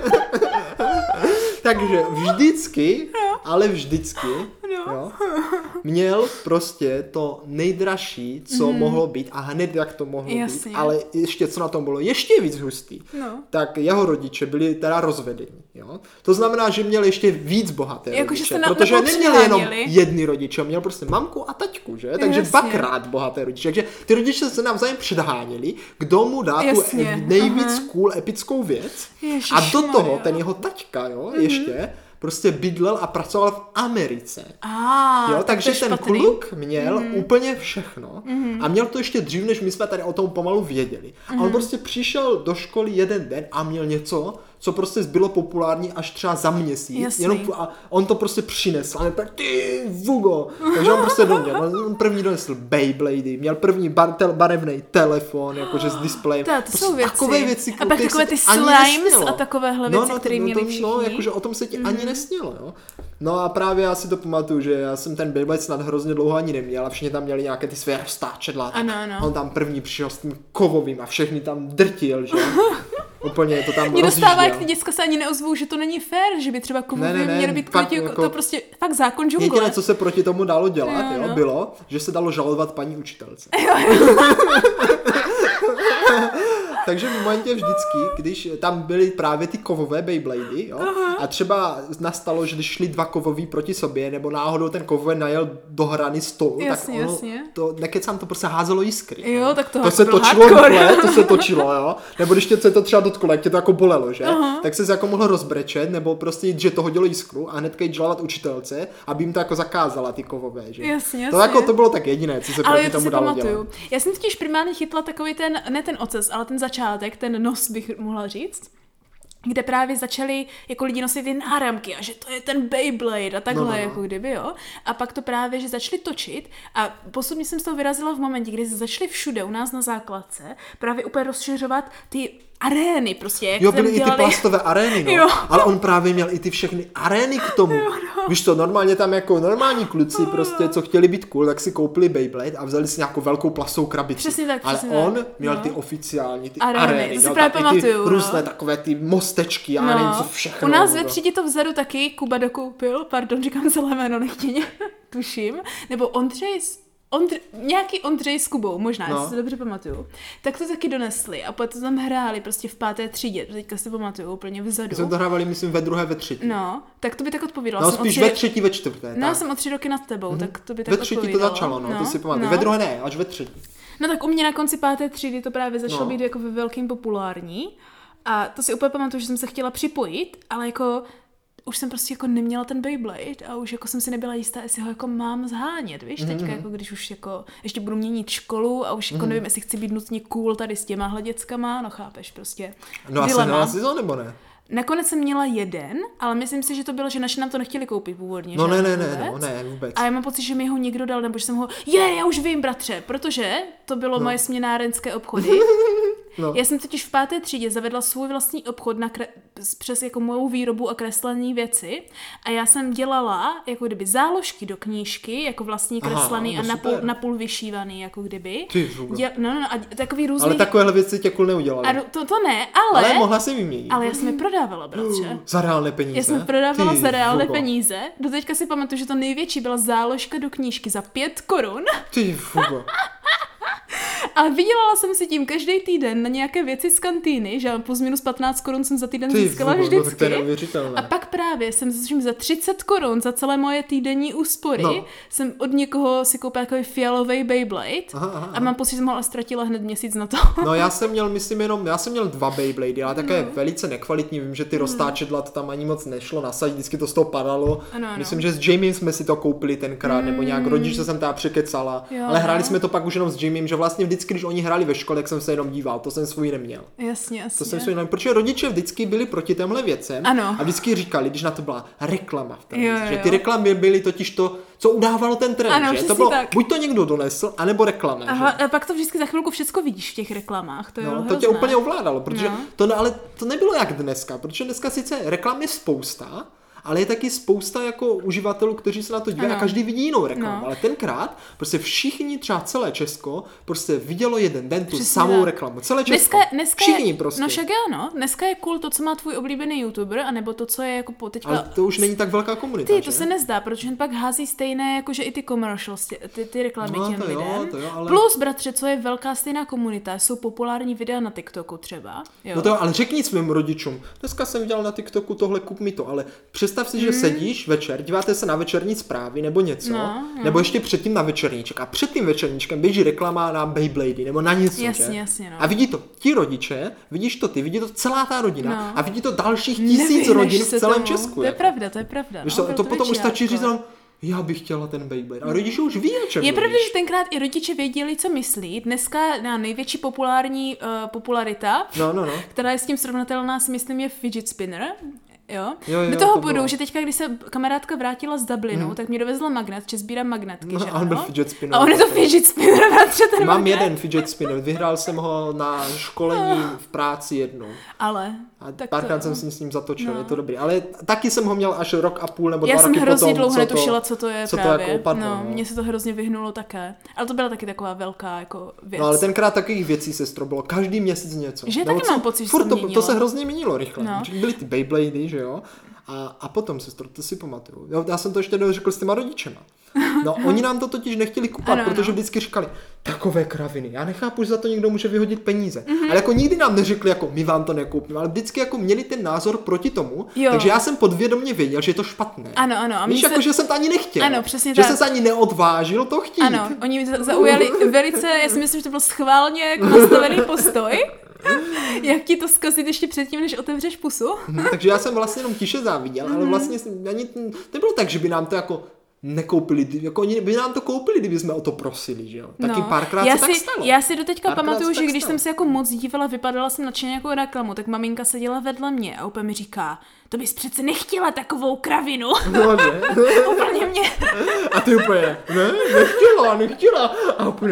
Takže vždycky, jo, měl prostě to nejdražší, co mohlo být a hned jak to mohlo být, ale ještě co na tom bylo ještě víc hustý, tak jeho rodiče byli teda rozvedení, jo. To znamená, že měl ještě víc bohaté rodiče, protože neměl jenom jedny rodiče, měl prostě mamku a taťku, že? Takže dvakrát bohaté rodiče, takže ty rodiče se navzájem předháněli, kdo mu dá tu nejvíc cool epickou věc. A do toho ten jeho taťka, jo, ještě prostě bydlel a pracoval v Americe. Jo, takže ten kluk měl úplně všechno a měl to ještě dřív, než my jsme tady o tom pomalu věděli. A on prostě přišel do školy jeden den a měl něco, co prostě bylo populární až třeba za měsíc. Jenom, a on to prostě přinesl. A tak ty vugo. Takže on prostě doměl. On první donesl Beyblady, měl první barevný telefon, jakože s displejem. To jsou věci. Takové věci, a pak takové ty slimes a takovéhle věci, které měli všichni. No, jakože o tom se ti ani nesnělo, jo. No a právě já si to pamatuju, že já jsem ten Beyblade snad hrozně dlouho ani neměl a všichni tam měli nějaké ty své roztáčedla. Ano. On tam první přišel s tím kovovým a všechny tam drtil, že? Úplně to tam mě dostává, jak ty děcka se ani neozvou, že to není fér, že by třeba kovově měly být proti, jako, to prostě fakt zákon džungle. Jediné, co se proti tomu dalo dělat, bylo, že se dalo žalovat paní učitelce. Takže v momentě vždycky, když tam byly právě ty kovové Beyblady, jo, a třeba nastalo, že když šli dva kovový proti sobě, nebo náhodou ten kovový najel do hrany stolu, tak ono, to, nekecám, to prostě házelo jiskry. Jo, tak to se točilo rychle, to se točilo, jo. Nebo když tě se to třeba dotklo, jak tě to jako bolelo, že? Tak se jako mohlo rozbrečet, nebo prostě, že to hodilo jiskru a hnedka jít žalovat učitelce, aby jim to jako zakázala ty kovové, že? Jasně. To jako to bylo tak jediné, co se proti tomu dalo dělat. Já jsem totiž primárně chytla takový ten, ne ten oces, ale ten začátek, ten nos bych mohla říct, kde právě začali jako lidi nosit ty náramky a že to je ten Beyblade a takhle, jako kdyby, jo. A pak to právě, že začali točit a postupně jsem z toho vyrazila v momentě, kdy začali všude u nás na základce právě úplně rozšiřovat ty arény prostě, jak jo, byly i ty plastové arény, no. Ale on právě měl i ty všechny arény k tomu. Víš co, normálně tam jako normální kluci prostě, co chtěli být cool, tak si koupili Beyblade a vzali si nějakou velkou plastovou krabici. Přesně tak, ale on měl ty oficiální, ty arény. Měl tam i ty různé takové ty mostečky a nevím co všechno. U nás ve třídě to vzadu taky Kuba dokoupil, pardon, říkám celé jméno nechtěně, tuším, nebo nějaký Ondřej s Kubou, možná, jestli si dobře pamatuju, tak to taky donesli a potom tam hráli prostě v 5. třídě, teďka si pamatuju, úplně vzadu. Jsme to hrávali, myslím, ve 2., ve 3. No, tak to by tak odpovídalo. No, spíš ve 3., ve 4. No, já jsem o 3 roky nad tebou, tak to by tak odpovídalo. Ve 3. to začalo, no, to si pamatuju. Ve 2. ne, až ve 3. No tak u mě na konci 5. třídy to právě začalo být jako ve velkým populární a to si úplně pamatuju, že jsem se chtěla připojit, ale jako už jsem prostě jako neměla ten Beyblade a už jako jsem si nebyla jistá, jestli ho jako mám zhánět, víš, teďka jako když už jako ještě budu měnit školu a už jako nevím, jestli chci být nutně cool tady s těmahle dětskama, no chápeš prostě. No asi měla si to nebo ne? Nakonec jsem měla jeden, ale myslím si, že to bylo, že naši nám to nechtěli koupit původně. No ne, vůbec. A já mám pocit, že mi ho někdo dal, nebo že jsem ho, já už vím, bratře, protože to bylo moje směnárenské obchody. No. Já jsem totiž v 5. třídě zavedla svůj vlastní obchod přes jako mou výrobu a kreslení věci a já jsem dělala jako kdyby záložky do knížky, jako vlastní kreslený a napůl vyšívaný, jako kdyby. A takový různý. Ale takovéhle věci tě cool neudělali. A to ne, ale mohla si vyměnit. Ale já jsem je prodávala, bratře. Za reálné peníze. Já jsem prodávala za reálné peníze. Doteďka si pamatuju, že to největší byla záložka do knížky za 5 korun. Ty fugo. Ale vydělala jsem si tím každý týden na nějaké věci z kantýny, že plus minus 15 korun jsem za týden získala vždycky. A pak právě jsem za 30 korun za celé moje týdenní úspory jsem od někoho si koupila takový fialový Beyblade a mám pocit, že jsem ho ztratila hned měsíc na to. No já jsem měl, já jsem měl 2 Beyblady, ale také velice nekvalitní, vím, že ty roztáčedla to tam ani moc nešlo nasadit, vždycky to z toho padalo. Ano. Myslím, že s Jamiem jsme si to koupili tenkrát, nebo nějak rodiče jsem tam překecala, ale hráli jsme to pak už jenom s Jamiem, že vlastně vždycky, když oni hráli ve škole, tak jsem se jenom díval, to jsem svůj neměl. Jasně. To jsem svůj neměl, protože rodiče vždycky byli proti těmhle věcem a vždycky říkali, když na to byla reklama v televizi, že ty reklamy byly totiž to, co udávalo ten trend, ano, že to bylo, tak. Buď to někdo donesl, anebo reklama. A pak to vždycky za chvilku všecko vidíš v těch reklamách, to je to tě úplně ovládalo, protože ale to nebylo jak dneska, protože dneska sice reklam je spousta, ale je taky spousta jako uživatelů, kteří se na to dívají a každý vidí jinou reklamu. Ale tenkrát prostě všichni, třeba celé Česko, prostě vidělo jeden den tu samou reklamu. Celé Česko. Dneska všichni prostě. No však jo, dneska je cool to, co má tvůj oblíbený YouTuber, anebo to, co je jako teďka... Ale to už není tak velká komunita, to se nezdá, protože jen pak hází stejné, jakože i ty commercials, ty reklamy těm lidem. Ale... Plus, bratře, co je velká stejná komunita, jsou populární videa na TikToku třeba. Jo. No to ale řekni svým rodičům, dneska jsem viděl na TikToku tohle, kup mi to, ale představ si, že sedíš večer, díváte se na večerní zprávy nebo něco, nebo ještě předtím na večerníček a před tím večerníčkem běží reklama na Beyblady nebo na něco, jasně, a vidí to ti rodiče, vidíš to ty, vidí to celá ta rodina a vidí to dalších 1000 rodin v celém Česku. To je pravda. To potom už stačí říct, já bych chtěla ten Beyblade. A rodiče už ví, o čem je pravda, že tenkrát i rodiče věděli, co myslí. Dneska největší popularita, která je s tím srovnatelná, si myslím, je fidget spinner. Jo? Do toho budu, že teďka, když se kamarádka vrátila z Dublinu, tak mě dovezla magnet, že sbírám magnetky, že on byl fidget spinner. A on je to fidget spinner, bratře, ten Mám magnet. jeden fidget spinner, vyhrál jsem ho na školení v práci jednou. Ale... A párkrát jsem si s ním zatočil, je to dobrý. Ale taky jsem ho měl až rok a půl nebo 2 roky potom. Já jsem hrozně dlouho netušila, co to je co právě. To jako upadlo, mně se to hrozně vyhnulo také. Ale to byla taky taková velká jako věc. No ale tenkrát takových věcí se strobilo, každý měsíc něco. Že taky mám pocit, že to se hrozně měnilo rychle. Byly ty Beyblady, že jo? A potom to si pamatuju. Já jsem to ještě dořekl s těma rodičema. No, oni nám to totiž nechtěli kupovat, protože vždycky říkali, takové kraviny, já nechápu, že za to někdo může vyhodit peníze. Ale jako nikdy nám neřekli, jako my vám to nekoupíme, ale vždycky jako měli ten názor proti tomu, takže já jsem podvědomě věděl, že je to špatné. Ano. Víš, jako, že jsem to ani nechtěl. Ano, přesně že tak. jsem se ani neodvážil to chtít. Ano, oni zaujali velice, já si myslím, že to byl schválně jako nastavený postoj. Jak ti to zkazit ještě předtím, než otevřeš pusu? Takže já jsem vlastně jenom tiše záviděl, ale vlastně ani nebylo tak, že by nám to jako nekoupili, jako oni by nám to koupili, kdyby jsme o to prosili, že jo. Taky párkrát se tak stalo. Já si doteďka pamatuju, že když jsem se jako moc dívala, vypadala jsem nadšeně jako reklamu, tak maminka seděla vedle mě a úplně mi říká, to bys přece nechtěla takovou kravinu. No, ne? Úplně mě. A ty úplně, nechtěla. A úplně,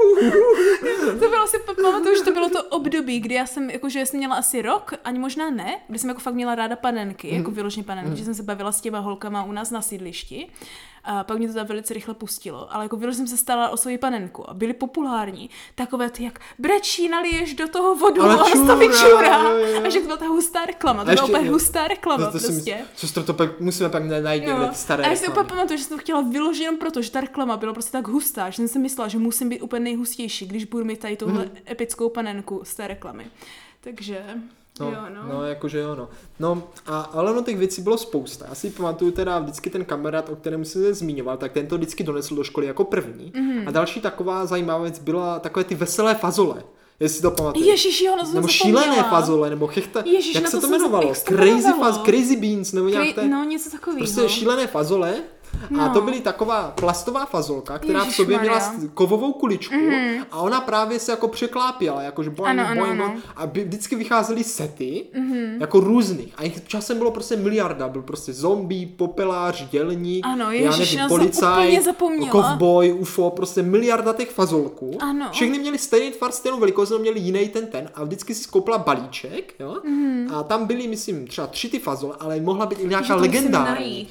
To bylo si pamatuju, že to bylo to období, kdy já jsem, jakože jsem měla asi rok, ani možná ne, kdy jsem jako fakt měla ráda panenky, jako vyloženě panenky, že jsem se bavila s těma holkama u nás na sídlišti. A pak mě to tam velice rychle pustilo, ale jako vyloženě jsem se starala o svoji panenku a byly populární. Takové ty, jak brečí, naliješ do toho vodu a to vyčurá. A že to byla ta hustá reklama, to byla úplně hustá reklama prostě. Sestro, to pak musíme pak najít někde ty staré reklamy. A já si úplně pamatuju, že jsem to chtěla vyložit jenom proto, že ta reklama byla prostě tak hustá, že jsem si myslela, že musím být úplně nejhustější, když budu mít tady tuhle epickou panenku z té reklamy. Takže... No, jakože jo, no. No, ale ono těch věcí bylo spousta. Já si pamatuju teda vždycky ten kamarád, o kterém jsem se zmiňoval, tak ten to vždycky donesl do školy jako první. A další taková zajímavá věc byla takové ty veselé fazole. Jestli to pamatuješ. Ježiši, jo, nebo šílené fazole, nebo chechta, jak se to jmenovalo? Crazy beans, nebo nějak no, něco takového. Prostě šílené fazole. A to byly taková plastová fazolka, která v sobě měla kovovou kuličku a ona právě se jako překlápěla, jakože boing. A vždycky vycházely sety, jako různých. A jich časem bylo prostě miliarda. Byl prostě zombie, popelář, dělník, policaj, kovboj, UFO, prostě miliarda těch fazolků. Ano. Všechny měly stejný tvar, stejnou velikost, no měli jiný ten. A vždycky si skoupila balíček, jo? A tam byly, myslím, třeba 3 ty fazole, ale mohla být i nějaká legendární.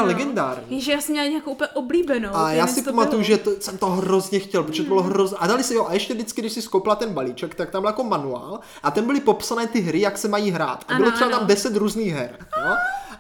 Že já jsem měla nějakou úplně oblíbenou. A já si pamatuju, že jsem to hrozně chtěl, protože to bylo hrozně. A dali si a ještě vždycky, když si skoupila ten balíček, tak tam byl jako manuál a tam byly popsané ty hry, jak se mají hrát. A bylo třeba tam 10 různých her. Jo?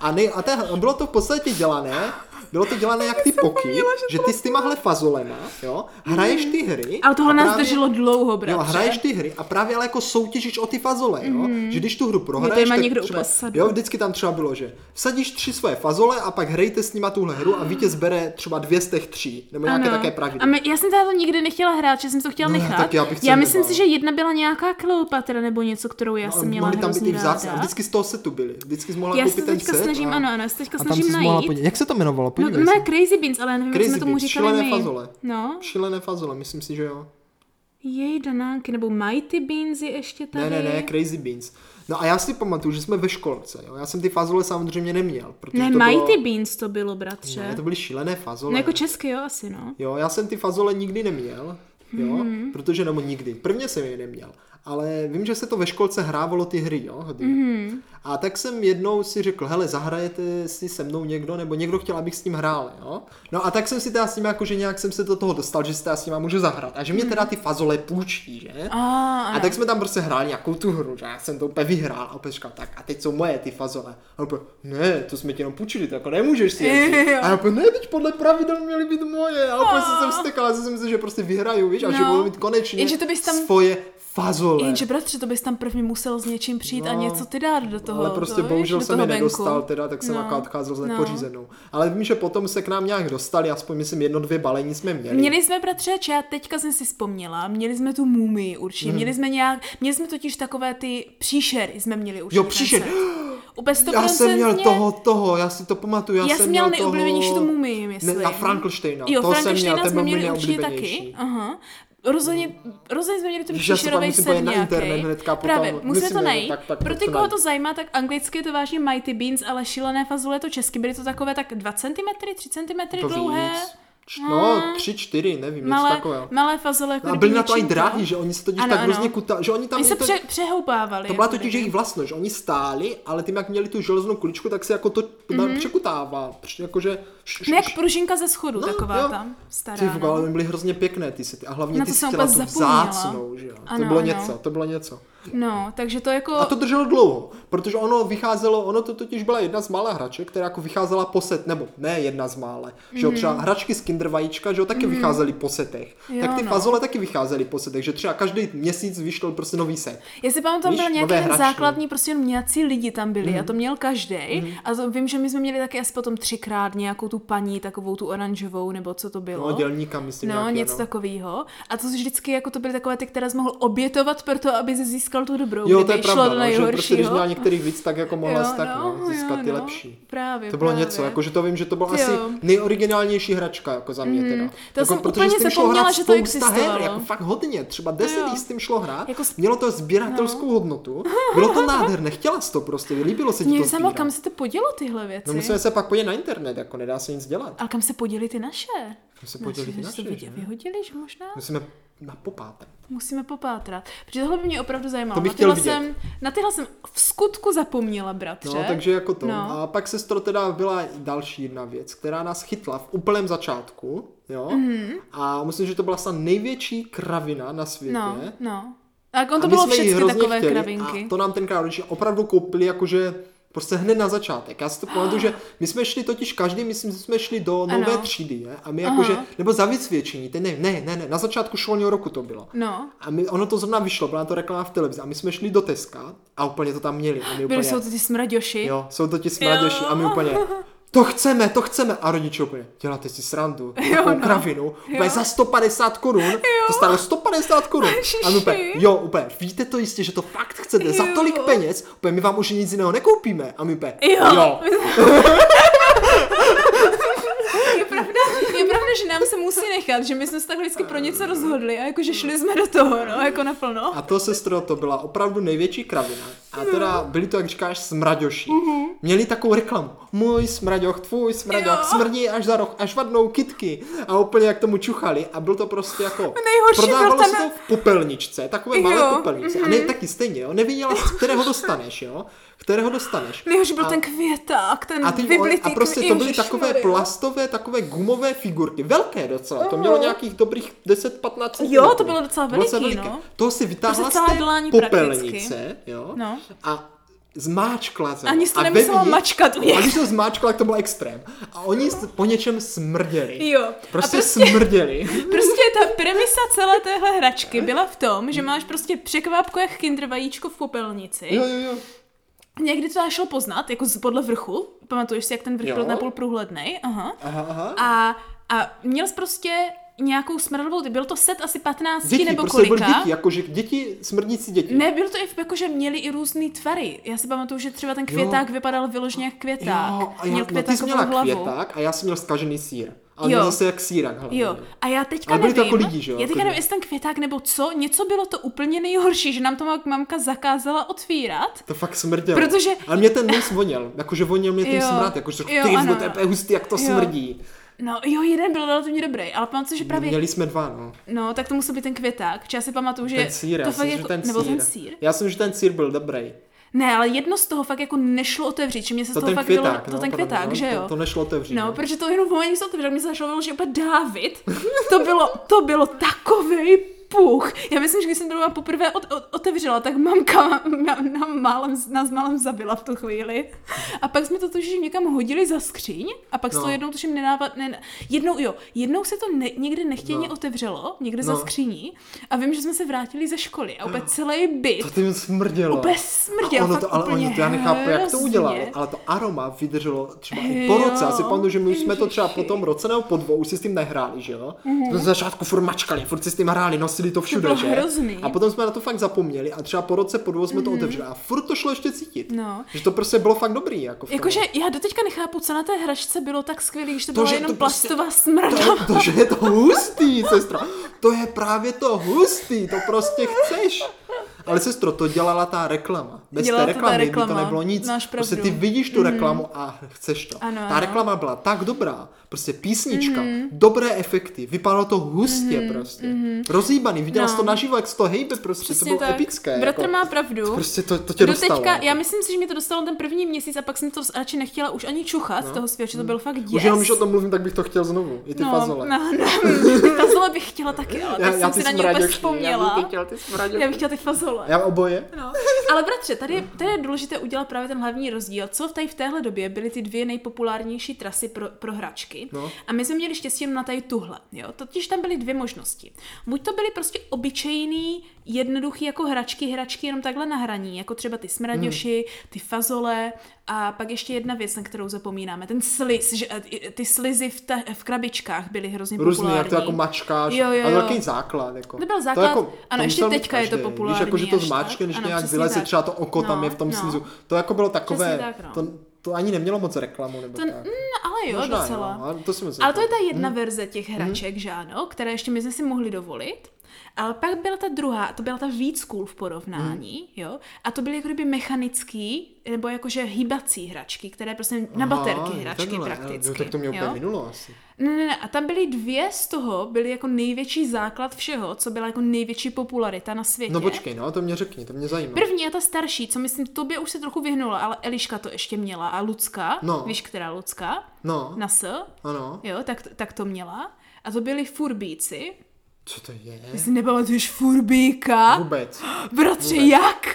A bylo to v podstatě dělané. Bylo to dělané jak ty poky, že ty s těmahle fazolema, jo, hraješ ty hry. Ale tohle nás drželo dlouho, bratře. Jo, hraješ ty hry a právě ale jako soutěžíš o ty fazole, jo, že když tu hru prohraješ, tak třeba, jo, vždycky tam třeba bylo, že vsadíš 3 svoje fazole a pak hrajte s nima tuhle hru a vítěz bere třeba 2 z těch 3, nebo nějaké také pravidlo. A já jsem to nikdy nechtěla hrát, že jsem to chtěla nechat. Já myslím si, že jedna byla nějaká Kleopatra nebo něco, kterou já jsem měla hrozně ráda. A vždycky z toho setu byly. Vždycky jsi mohla koupit ten set. Já se teďka snažím najít. Jak se to jmenovalo? No, Crazy Beans, ale nevím, jak jsme tomu říkali my. Fazole. No. Šílené fazole, myslím si, že jo. Jej, danánky, nebo Mighty Beans je ještě tady. Ne, Crazy Beans. No a já si pamatuju, že jsme ve školce, jo. Já jsem ty fazole samozřejmě neměl. Ne, Mighty Beans to bylo, bratře. Ne, to byly šílené fazole. No jako česky, jo, asi, no. Jo, já jsem ty fazole nikdy neměl, jo, protože nebo nikdy. Prvně jsem je neměl. Ale vím, že se to ve školce hrávalo ty hry, jo, A tak jsem jednou si řekl, hele, zahrajete si se mnou někdo, nebo někdo chtěl, abych s ním hrál, jo? No a tak jsem si teda s ním jakože nějak jsem se do toho dostal, že si teda s ním můžu zahrát. A že mě teda ty fazole půjčí, že? A tak jsme tam prostě hráli nějakou tu hru, že? Já jsem to úplně vyhrál a opět říkal, tak a teď jsou moje ty fazole. A opět, ne, to jsme ti jenom půjčili, to jako nemůžeš si je. A opět, ne, teď podle pravidel měly být moje. A opět jsem stekal, já jsem myslel, že prostě vyhraju, víš, a že budu mít konečně svoje fazole. Jenže bratře, to bys tam prvně musel s něčím přijít a něco ty dát do toho. Ale prostě bohužel jsem je nedostal teda, tak jsem akorát odcházel s nepořízenou. Ale vím, že potom se k nám nějak dostali, aspoň myslím 1-2 balení jsme měli. Měli jsme, bratře, teďka jsem si vzpomněla, měli jsme tu mumii určitě, měli jsme totiž takové ty příšery, jsme měli určitě. Jo, příšery. Já jsem měl toho, já si to pamatuju. Já jsem měl nejoblíbenější tu mumii, myslím. A Frankensteina. Jo, to Frankensteina jsme měli určitě taky. Aha. Rozhodně jsme měli ten příšerový set nějaký. Právě, musíme to najít. Pro ty, koho to zajímá, tak anglicky je to vážně Mighty Beans, ale šílené fazole je to česky. Byly to takové tak 2 cm, 3 cm dlouhé. No, 3-4, nevím, něco takového. Malé fazole. Jako a byli na to i drahý, že oni se totiž tak hrozně že oni tam... Oni se přehoupávali. To byla totiž jejich vlastnost, že oni stáli, ale tím, jak měli tu železnou kuličku, tak se jako to překutává. Jakože... Jak pružinka ze schodu, taková tam stará. Ty ale byly hrozně pěkné ty sety. A hlavně ty si chtěla tu vzácnou, že jo. To bylo něco. No, takže to jako... A to drželo dlouho, protože ono to totiž byla jedna z mála hraček, která jako vycházela po set, nebo ne jedna z mále, že jo, třeba hračky z Kinder Vajíčka, že jo, taky vycházely po setech. Jo, tak ty fazole taky vycházely po setech, že třeba každý měsíc vyšel prostě nový set. Já si pamatuju, tam byl nějaký ten základní, prostě jenom nějací lidi tam byli a to měl každý. A to vím, že my jsme měli taky asi potom 3krát nějakou tu paní, takovou tu oranžovou, nebo co to bylo. No, dělníka, myslím. No, něco takového. A to vždycky jako to byly takové ty, které jsi mohl obětovat pro to, aby získal tu dobrou. Jo, to je pravda, že prostě když měla některých víc, tak jako mohla získat ty lepší. Právě, to bylo něco, jakože to vím, že to byla asi nejoriginálnější hračka jako za mě teda. To jsem úplně zapomněla, že to existovalo. Jako fakt hodně, třeba 10 jí s tím šlo hrát, mělo to sběratelskou hodnotu, bylo to nádherné, chtěla jsi to prostě, líbilo se ti to sbírat. Kam se to podělo tyhle věci? No musíme se pak podívat na internet, jako nedá se nic dělat. Ale kam se poděli ty naše? Kam se poděli ty naše, vyhodili, že možná? Musíme popátrat. Musíme popátrat. Protože tohle by mě opravdu zajímalo. To bych chtěl vidět. Na tyhle jsem v skutku zapomněla, bratře. No, takže jako to. No. A pak sestro teda byla další jedna věc, která nás chytla v úplném začátku, jo. A myslím, že to byla snad největší kravina na světě. No. A on to bylo všechny takové kravinky. A to nám tenkrát rodiče opravdu koupili jakože prostě hned na začátek. Já si to pamatuju, že my jsme šli totiž myslím, že jsme šli do nové třídy, je? A my jakože, nebo za vysvědčení, ne, na začátku školního roku to bylo. No. A ono to zrovna vyšlo, byla to reklama v televizi a my jsme šli do Teska a úplně to tam měli. Jsou to ty smraďoši. Jo, jsou to ti smraďoši a my úplně... To chceme. A rodiče úplně, děláte si srandu, takovou kravinu, úplně za 150 korun, to stálo 150 korun. A my úplně, víte to jistě, že to fakt chcete, za tolik peněz, úplně my vám už nic jiného nekoupíme. A my úplně, jo. Je pravda, že nám se musí nechat, že my jsme se tak vždycky pro něco rozhodli a jakože šli jsme do toho, no, jako naplno. A to, sestro, to byla opravdu největší kravina. A teda byli to, jak říkáš, smraďoši. Měli takovou reklamu. Můj smraďoch, tvůj smraďoch, smrdí až za roh, až vadnou kytky. A úplně jak tomu čuchali. A byl to prostě jako... Prodávalo se to v popelničce, takové malé popelnice. A ne taky stejně, jo. Nevěděla, z kterého dostaneš, jo. Nejhorší byl ten květák, ten vyblitý. A prostě to byly takové plastové, takové gumové figurky, velké docela, to mělo nějakých dobrých 10-15 cm. Jo, to bylo docela veliký, no. Toho si vytáhla z té popelnice, jo, a zmáčkla se. Ani jsi to nemusela mačkat. A když to zmáčkla, tak to byl extrém. A oni po něčem smrděli. Jo. Prostě smrděli. Prostě ta premisa celé téhle hračky byla v tom, že máš prostě překvapko jak Kinder Vajíčko v popelnici. Jo. Někdy to šlo poznat, jako podle vrchu. Pamatuješ si, jak ten vrch byl napůl průhlednej? Aha. A měl jsi prostě nějakou smradlovou, byl to set asi 15 děti, nebo prostě kolika. Děti, jakože smrdící děti. Ne, bylo to i jakože měli i různý tvary. Já si pamatuju, že třeba ten květák vypadal vyloženě jak květák. Jo, a měl květákovou hlavu. Květák a já jsem měl zkažený sýr. Ale měl zase jak sýrak hlavně. Jo, a já teďka nevím, jako lidi, že jo? Já teďka nevím, jestli ten květák nebo co, něco bylo to úplně nejhorší, že nám to mamka zakázala otvírat. To fakt smrdělo. Protože... Ale mě ten nos voněl, jakože voněl mě ten smrad, jakože to je hustý, jak to smrdí. No jo, jeden byl relativně dobrý, ale pamatuju, že právě... Měli jsme 2, no. No, tak to musel být ten květák, já si pamatuju, že... Ten sýr, to fakt jako... Nebo ten sýr. Já jsem, že ten sýr byl dobrý. Ne, ale jedno z toho fakt jako nešlo otevřít, že mě se z toho fakt květák, to ten květák, že jo? To nešlo otevřít. No, protože to jenom v momentě se otevřel, mě se zašlo, že opět Dávid, to bylo takovej puch. Já myslím, že když jsem to poprvé otevřela, tak mamka nás málem zabila v tu chvíli. A pak jsme to tuším někam hodili za skříň a pak se to jednou tuším jednou se to někde nechtěně otevřelo, někde za skříní a vím, že jsme se vrátili ze školy a opět celý byt. To tím smrdělo. Opět smrdělo, ale oni to já nechápu, jak to udělali, ale to aroma vydrželo třeba i po roce. Asi pamatuju, že my už jsme to třeba po tom roce nebo po 2 už si s tím nehráli, že jo? Jsme z začátku furt mačkali, furt si s tím hráli, nosili to všude, že? Hrozný. A potom jsme na to fakt zapomněli a třeba po roce, po 2 jsme to otevřeli a furt to šlo ještě cítit. No. Že to prostě bylo fakt dobrý. Jakože já doteďka nechápu, co na té hračce bylo tak skvělý, když to byla jenom plastová smrda. To, že je to hustý, sestra. To je právě to hustý, to prostě chceš. Ale sestro, to dělala ta reklama. Bez té reklamy by to nebylo nic. Prostě ty vidíš tu reklamu a chceš to. Ano, ta reklama byla tak dobrá. Prostě písnička, dobré efekty, vypadalo to hustě prostě. Rozhýbaný, viděla jsi to naživo, jak jsi to hejbe prostě, přesně to bylo epické. Bratr má pravdu. Prostě to tě dostalo. Já myslím si, že mi to dostalo ten první měsíc a pak jsem to radši nechtěla už ani čuchat z toho světa, že to bylo fakt děs. Už jenom, když o tom mluvím, tak bych to chtěl znovu. I ty fazole. Ty fazole bych chtěla taky, ale tak jsem si na ně úplně vzpomněla. Já bych chtěla ty fazole. Já oboje. No. Ale bratře, tady je důležité udělat právě ten hlavní rozdíl. Co v téhle době byly ty 2 nejpopulárnější trasy pro hračky. No. A my jsme měli štěstí jenom na tady tuhle. Jo? Totiž tam byly 2 možnosti. Buď to byly prostě obyčejný, jednoduchý jako hračky jenom takhle na hraní, jako třeba ty smraďoši, ty fazole a pak ještě jedna věc, na kterou zapomínáme, ten sliz, že ty slizy v krabičkách byly hrozně populární. Jak to jako mačkáš, a velký základ. Jako. To byl základ, to jako, ano, ještě teďka je to populární. Víš, jako, že to zmáčkneš, nějak vyleze třeba to oko tam je v tom slizu. To jako bylo takové, to ani nemělo moc reklamu, nebo tak. Ale jo, možná, docela. Jo, ale to je ta jedna verze těch hraček, že ano, které ještě my jsme si mohli dovolit. Ale pak byla ta druhá, to byla ta víc cool v porovnání, jo, a to byly jako kdyby mechanický, nebo jakože hýbací hračky, které prostě na baterky hračky prakticky. Tak to mě úplně minulo asi. Ne, a tam byly 2 z toho, byly jako největší základ všeho, co byla jako největší popularita na světě. No počkej, to mě řekni, to mě zajímá. První je ta starší, co myslím, tobě už se trochu vyhnula, ale Eliška to ještě měla a Lucka, víš, která Lucka? No. Na S? Ano. Jo, tak to měla. A to byly furbíci. Co to je? Ty si nepamatuješ furbíka? Vůbec. Bratře, jak?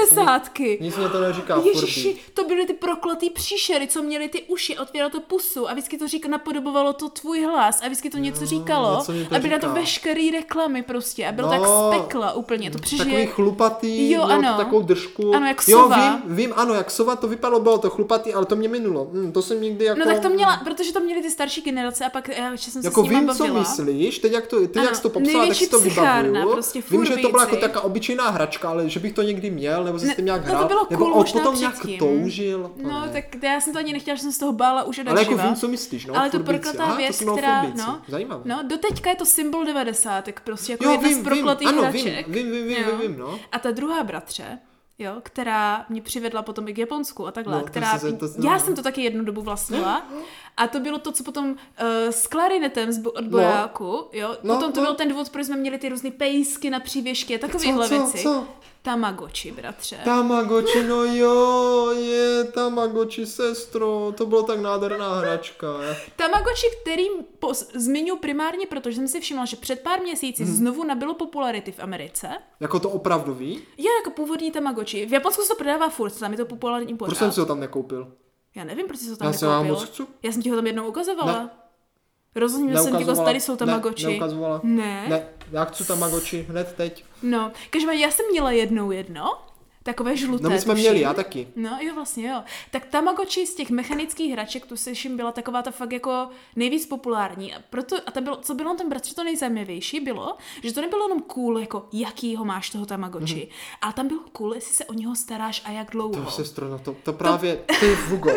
90. Nic mě to neříká furbík. Ježiši, to byly ty prokletý příšery, co měly ty uši, otvíralo to pusu a vždycky to napodobovalo to tvůj hlas a vždycky to něco říkalo. A byly to veškerý reklamy prostě a bylo tak z pekla úplně. To takový chlupatý, ano. Takovou držku. Ano, jak sova. Vím, ano, jak sova to vypadalo, bylo to chlupatý, ale to mě minulo. To jsem nikdy jako... No tak to měla, protože to měly ty starší generace a pak já jsem se jako s nima vím, bavila. Co myslíš, teď jak to popsala, tak si to vybavuju. Prostě vím, že to byla jako taková obyčejná hračka, ale že bych to někdy měl, nebo se s tím nějak hrál, nebo potom nějak toužil. No, tak já jsem to ani nechtěla, že jsem z toho bála už od ale jako vím, co myslíš, ale to prokletá věc, která, zajímavé. No, doteďka je to symbol 90, prostě jako jedna z prokletých hraček. Vím, no. A ta druhá bratře, jo, která mě přivedla potom i k Japonsku a takhle, já jsem to taky jednu dobu vlastnila a to bylo to, co potom s klarinetem od bojáku, jo, potom to byl ten důvod, proč jsme měli ty různý pejsky na přívěšky a takovéhle věci. Tamagotchi, bratře. Tamagotchi, no jo, Tamagotchi, sestro, to bylo tak nádherná hračka. Tamagotchi, který zmiňuji primárně, protože jsem si všimla, že před pár měsíci znovu nabylo popularity v Americe. Jako to opravdu ví? Jo, jako původní Tamagotchi. V Japonsku se to prodává furt, tam je to populární pořád. Proč jsem si ho tam nekoupil? Já nevím, proč jsi ho tam nekoupil. Já jsem ti ho tam jednou ukazovala. Ne. Rozhodně jsem ti tady jsou Tamagotchi. Neukazovala. Ne. Já chci Tamagotchi hned teď. No, každopádně já jsem měla jedno, takové žluté. No my jsme měli, já taky. No jo, vlastně jo. Tak Tamagotchi z těch mechanických hraček, tu seším, byla taková ta fakt jako nejvíc populární. Co bylo na tom bratře to nejzajímavější, bylo, že to nebylo jenom cool, jako jakýho máš toho Tamagotchi, ale tam bylo cool, jestli se o něho staráš a jak dlouho. To sestro, no to právě, ty Hugo.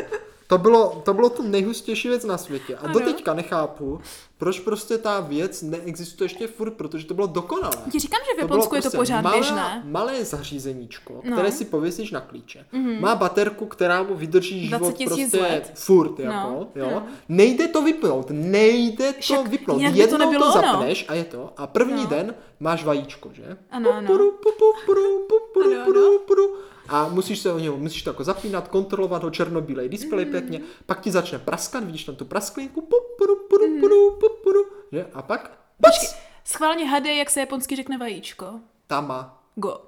To bylo to nejhustější věc na světě. A doteďka nechápu, proč prostě ta věc neexistuje ještě furt, protože to bylo dokonalé. Ti říkám, že v Japonsku je to pořád běžné. Malé zařízeníčko, které si pověsíš na klíče. Má baterku, která mu vydrží život prostě furt, jako, jo. Nejde to vypnout. Jednou to zapneš a je to. A první den máš vajíčko, že? Ano. A musíš to jako zapínat, kontrolovat ho, černobílej displej pěkně, pak ti začne praskat, vidíš tam tu prasklinku, že? A pak... Počkej, schválně hadej, jak se japonsky řekne vajíčko. Tamago.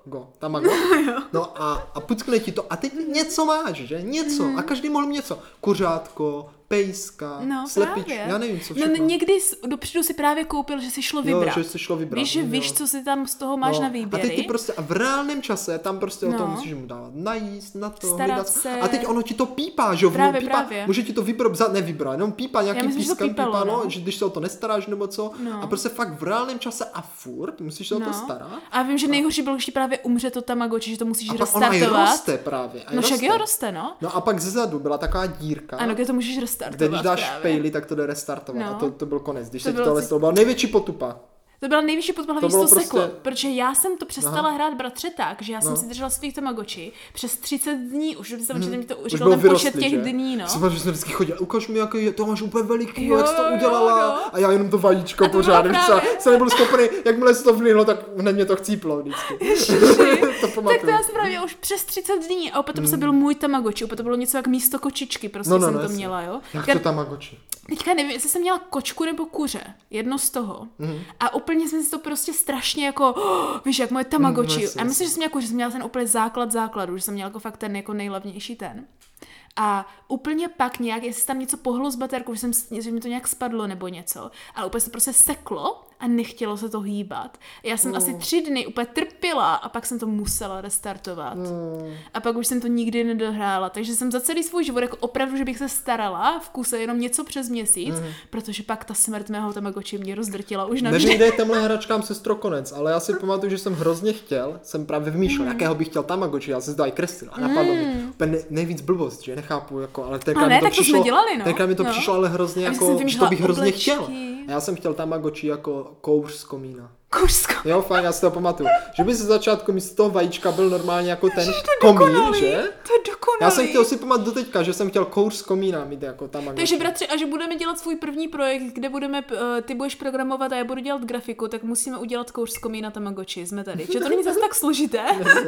No a puckne ti to a teď něco máš, že? Něco. A každý mohl něco. Kuřátko, pejska, slepič, já nevím, co všechno. No někdy dopředu si právě koupil, že si šlo vybrat. Jo, že si šlo vybrat. Víš, že víš, co si tam z toho máš na výběry. A teď ty prostě, a v reálném čase tam prostě o tom musíš mu dávat najíst, na to, hlídat se. A teď ono ti to pípá, že jo? Právě. Může ti to nevybrat, jenom pípá nějakým pískem, že když se o to nestaráš nebo co. A prostě fakt v reálném čase a furt musíš se o to starat. A vím, že nejhorší bylo, když ti právě umře to Tamagotchi, že to musíš restartovat. A ona roste právě. No však jo, roste, no. No a pak zezadu byla taková dírka. Ano, kde to můžeš restartovat. Kde když dáš pejli, tak to jde restartovat. A to byl konec. Když se to byla největší potupa. To byla nejvyšší podpala, hlavně to seklo, protože já jsem to přestala hrát bratře tak, že já jsem si držela svých Tamagotchi přes 30 dní, už jsem mi to říkal ten počet těch dní, no. Jsem že jsem vždycky chodila, ukaž mi, jaký je, to máš úplně veliký, jak jsi to udělala, a já jenom to vajíčko pořád, když jsem nebyl schopný, jakmile se to vlilo, tak hned mě to chcíplo vždycky. Tak to já jsem právě už přes 30 dní a opět to byl můj Tamagotchi, opět to bylo něco jak místo kočičky, prostě jsem to měla, jo. Jak to Tamagotchi? Teďka nevím, jestli jsem měla kočku nebo kuře, jedno z toho. A úplně jsem si to prostě strašně jako, víš, jak moje Tamagotchi. A myslím, že jsem měla kuře, jsem měla ten úplně základu, že jsem měla jako fakt ten jako nejlevnější ten. A úplně pak nějak, jestli tam něco pohlo s baterkou, že mi to nějak spadlo nebo něco, ale úplně se prostě seklo a nechtělo se to hýbat. Já jsem asi 3 dny úplně trpěla a pak jsem to musela restartovat. A pak už jsem to nikdy nedohrála, takže jsem za celý svůj život jako opravdu, že bych se starala v kuse jenom něco přes měsíc, protože pak ta smrt mého Tamagotchi mě rozdrtila už navždy. Nevím, kde je tenhle hračkám sestro konec, ale já si pamatuju, že jsem hrozně chtěl, jsem právě vymýšlel, jakého bych chtěl Tamagotchi, já se to i kreslil a napadlo mi úplně nejvíc blbost, že nechápu, jako, ale tenkrát mi to přišlo, tenkrát mi to přišlo ale hrozně jako, že to bych hrozně chtěl. A já jsem chtěl Tamagotchi jako kouř z komína. Jo, fajn, já si to pamatuju. Že by se začátku místo toho vajíčka byl normálně jako ten komín, že? To je dokonalý. Já jsem chtěl si pamatovat doteďka, že jsem chtěl kouř z komína mít jako Tamagotchi. Takže bratři, a že budeme dělat svůj první projekt, kde ty budeš programovat a já budu dělat grafiku, tak musíme udělat kouř z komína Tamagotchi, jsme tady. Že to není zase tak složité.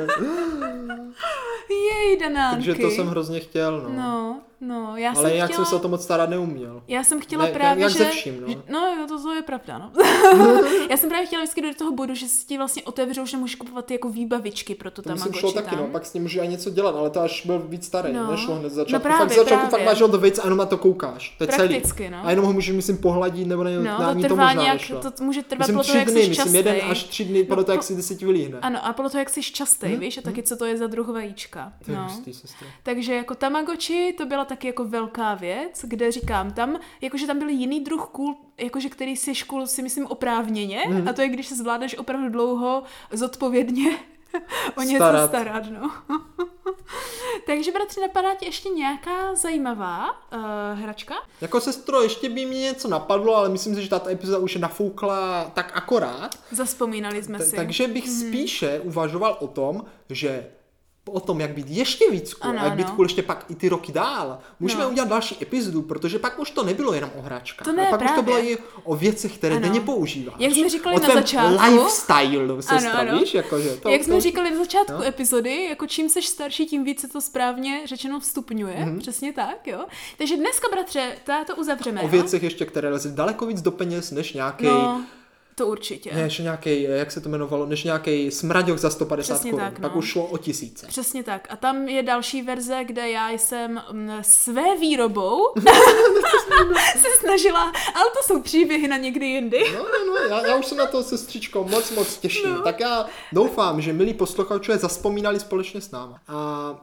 Jej, danánky. Takže to jsem hrozně chtěl, no, já jsem ale jinak jsem se o to moc starat neuměl. Já jsem chtěla právě, jak že... ze vším, no. No, to je pravda, no. Já jsem právě chtěla vždycky do toho bodu, že si ti vlastně otevřou, že můžeš kupovat ty jako výbavičky pro to Tamagotchi. To šlo taky, no, pak s ním můžu aj něco dělat, ale to až byl víc starý, nešlo hned z začátku. No, fakt z začátku fakt máš do vejce a jenom na to koukáš. To je prakticky, celý. No. A jenom ho můžeš, myslím, pohladit, nebo ani to možná nešlo. To může trvat podle toho, jak jsi častý. Myslím 1 až 3 dny, podle toho, jak si si vylíhne. Ano, a podle toho, jak jsi častý, víš, a taky co to je za druh vajíčka. Takže jako Tamagotchi to byla taky jako velká věc, kde říkám tam, jakože tam byl jiný druh kůl, jakože který si škol si myslím oprávněně, a to je, když se zvládáš opravdu dlouho zodpovědně o něco starat, no. Takže, bratři, napadá ti ještě nějaká zajímavá hračka? Jako sestro, ještě by mi něco napadlo, ale myslím si, že tato epizoda už je nafoukla tak akorát. Zavzpomínali jsme si. Takže bych spíše uvažoval o tom, že o tom, jak být ještě víc cool a jak být cool ještě pak i ty roky dál. Můžeme udělat další epizodu, protože pak už to nebylo jenom o hračkách. Pak už to bylo i o věcech, které denně používáš. Jak jsme říkali na začátku. Lifestyle se stavíš. Jakože jak jsme říkali na začátku epizody, jako čím seš starší, tím víc se to správně řečeno vstupňuje. Přesně tak, jo. Takže dneska, bratře, to uzavřeme. O věcech ještě, které lezí daleko víc do peněz, než nějaký... To určitě. Než nějaký, jak se to jmenovalo, než nějaký smraďoch za 150 korun. Pak už šlo o 1000. Přesně tak. A tam je další verze, kde já jsem své výrobou se snažila, ale to jsou příběhy na někdy jindy. No, já už se na to, sestřičko, moc těším. No. Tak já doufám, že milí posluchačové zazpomínali společně s námi. A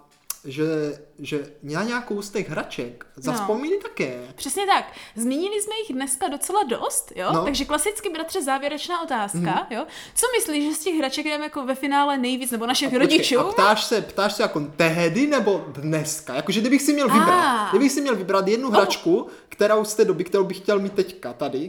že na nějakou z těch hraček zavzpomínali také. Přesně tak. Zmínili jsme jich dneska docela dost, jo? Takže klasicky, bratře, závěrečná otázka, jo? Co myslíš, že z těch hraček jdeme jako ve finále nejvíc, nebo našich rodičů? A ptáš se jako tehdy nebo dneska? Jakože kdybych si měl vybrat jednu hračku, kterou z té doby, kterou bych chtěl mít teďka tady.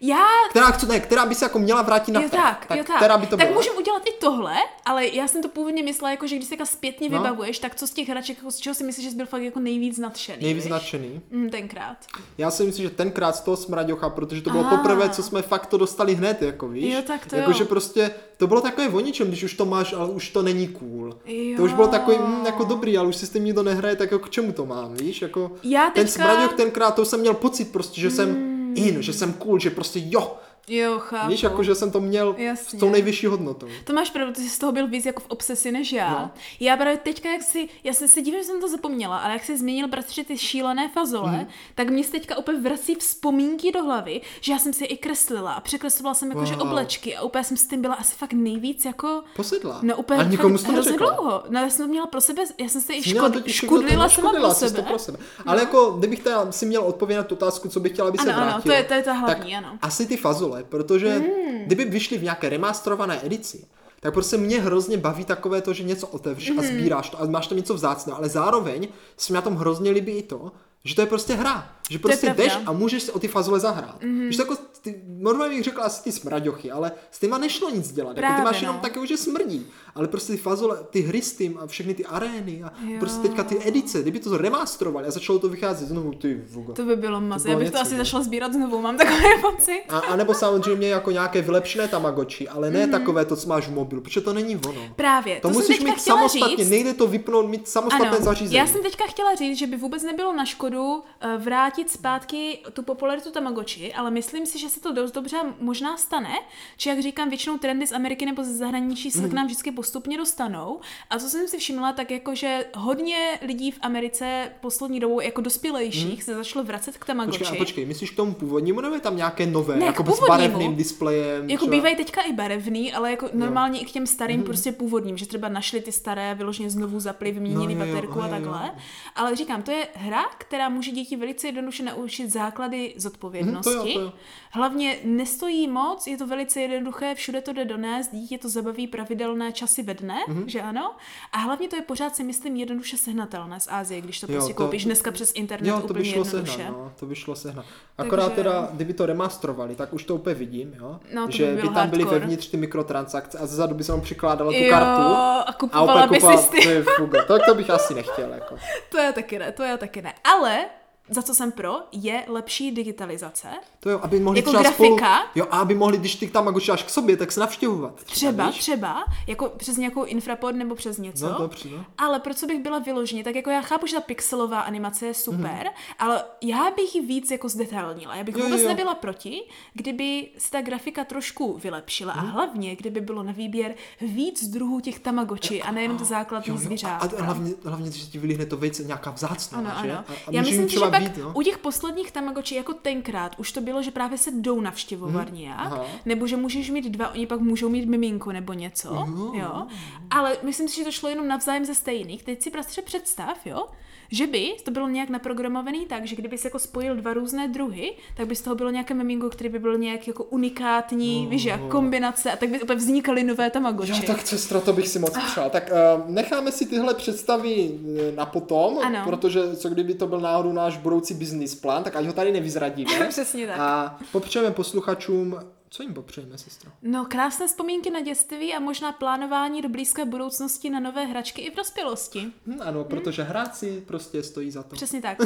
která by se jako měla vrátit na tak. Která by to tak byla. můžeme udělat i tohle, ale já jsem to původně myslela, jako, že když se zpětně vybavuješ, tak co z těch hraček, z čeho si myslíš, že jsi byl fakt jako nejvíc nadšený? Tenkrát. Já si myslím, že tenkrát z toho smraďocha, protože to bylo poprvé, co jsme fakt to dostali hned, jako víš. Jo, tak to jako, že prostě to bylo takové o ničem, když už to máš, ale už to není cool. Jo. To už bylo takový jako dobrý, ale už si s tím nikdo nehraje, tak jako k čemu to mám, víš? Jako ten smraďoch tenkrát, to jsem měl pocit prostě, že jsem že jsem cool, že prostě Jo, chápu. Víš, jako, že jsem to měl s tou nejvyšší hodnotou. To máš pravdu, ty jsi z toho byl víc jako v obsesi než já. No. Já právě teďka, já jsem se divím, že jsem to zapomněla, ale jak jsi změnil, bratře, ty šílené fazole, tak mě se teďka úplně vrací vzpomínky do hlavy, že já jsem si je i kreslila a překreslovala jsem jakože oblečky a úplně jsem s tím byla asi fakt nejvíc jako... Posedla. No úplně a nikomu to hrozně dlouho. No já jsem to měla pro sebe, já jsem se i škudlila sama pro sebe. Ale jako, kdybych teda si měl odpovědět na tu otázku, co bych chtěla, aby se vrátilo. Ano, to je ta hlavní, ano. Asi ty fazole, protože kdyby vyšly v nějaké remasterované edici, tak prostě mě hrozně baví takové to, že něco otevřeš a sbíráš to a máš tam něco vzácného, ale zároveň se mi na tom hrozně líbí i to, že to je prostě hra. Že prostě jdeš a můžeš si o ty fazole zahrát. Že to jako, normálně bych řekla asi ty smraďochy, ale s těma nešlo nic dělat. Právě, jako ty máš jenom takový, že smrdí. Ale prostě ty fazole, ty hry s tím a všechny ty arény a prostě teďka ty edice, kdyby to remasterovali a začalo to vycházet znovu, ty vuga. To by bylo maze, já bych to asi začala sbírat znovu, mám takové pocit. A nebo samozřejmě jako nějaké vylepšené Tamagotchi, ale ne takové to, co máš v mobilu, protože to není ono. Právě, to musíš mít samostatně, nejde to vypnout, mít samostatné zařízení. Já jsem teďka chtěla říct, že by vůbec nebylo na škodu vrátit zpátky tu popularitu Tamagotchi, ale myslím si, že se to dost dobře možná stane, či jak říkám, většinou trendy z Ameriky nebo ze zahraničí se k nám vždycky postupně dostanou. A co jsem si všimla, tak jako, že hodně lidí v Americe poslední dobou jako dospělejších se začalo vracet k Tamagotchi. Počkej, myslíš k tomu původnímu, nebo je tam nějaké nové, jako s barevným displejem? Jako bývají teďka i barevný, ale jako normálně i k těm starým prostě původním, že třeba našli ty staré, vyloženě znovu zapli, vyměnili baterku a takhle. Ale říkám, to je hra, která může děti velice jednoduše naučit základy zodpovědnosti. To. Hlavně nestojí moc, je to velice jednoduché, všude to jde donést, dítě to zabaví pravidelné časy ve dne, že ano? A hlavně to je pořád si myslím jednoduše sehnatelné z Asie, když to prostě koupíš dneska přes internet úplně jednoduše. To by šlo sehnat. Akorát teda, kdyby to remasterovali, tak už to úplně vidím, jo? No, že by tam byly vevnitř ty mikrotransakce a zezadu by se vám přikládala tu kartu a kupovala by si ty. To bych asi nechtěl. Jako. To já taky ne. Ale za co jsem pro, je lepší digitalizace. To jo, aby mohli jako třeba grafika. Jo, a aby mohli, když ty Tamagotchi dáš k sobě, tak se navštěvovat. Třeba, jako přes nějakou infrapod nebo přes něco. No, dobře, no. Ale pro co bych byla vyloženě, tak jako já chápu, že ta pixelová animace je super, ale já bych ji víc jako zdetailnila. Já bych vůbec nebyla proti, kdyby se ta grafika trošku vylepšila a hlavně, kdyby bylo na výběr víc druhů těch Tamagotchi a nejenom to základní zvířátka. A hlavně, když ti vylihne to vejce nějaká vzácná, že? A já myslím, že pak u těch posledních Tamagotchi jako tenkrát už to bylo, že právě se jdou navštěvovat nějak, nebo že můžeš mít dva, oni pak můžou mít miminko nebo něco, jo. Ale myslím si, že to šlo jenom navzájem ze stejných. Teď si prostě představ, jo, že by to bylo nějak naprogramovaný tak, že kdyby se jako spojil dva různé druhy, tak by z toho bylo nějaké miminko, který by byl nějak jako unikátní, víš, jak kombinace a tak by opět vznikaly nové Tamagotchi. Jo, tak sestra, to bych si moc přál. Tak necháme si tyhle představy na potom, protože co kdyby to byl náhodou náš budoucí business plán, tak ať ho tady nevyzradíme. Přesně tak. A popřejeme posluchačům, co jim popřejeme, sestro? No, krásné vzpomínky na dětství a možná plánování do blízké budoucnosti na nové hračky i v dospělosti. Ano, protože hrát si prostě stojí za to. Přesně tak.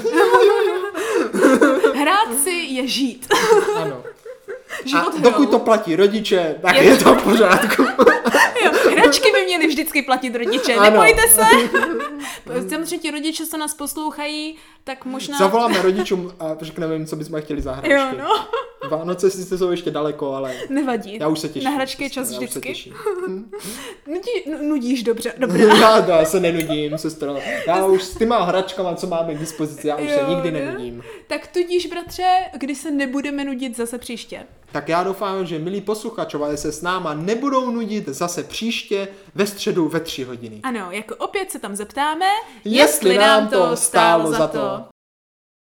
Hrát si je žít. Ano. A dokud to platí rodiče, tak je to v pořádku. Jo, hračky by měly vždycky platit rodiče, nebojte se. Samozřejmě ti rodiče, co nás poslouchají, tak možná... Zavoláme rodičům a řekneme jim, co bychom chtěli za hračky. Jo, no. Vánoce sice jsou ještě daleko, ale... Nevadí. Já už se těším. Na hračky je čas vždycky. Nudíš dobře. Já se nenudím, sestro. Já už s těma hračkama, co máme k dispozici, já už se nikdy nenudím. Tak tudíž, bratře, kdy se nebudeme nudit zase příště. Tak já doufám, že milí posluchačové se s náma nebudou nudit zase příště ve středu ve 3 hodiny. Ano, jako opět se tam zeptáme, jestli nám to stálo za to.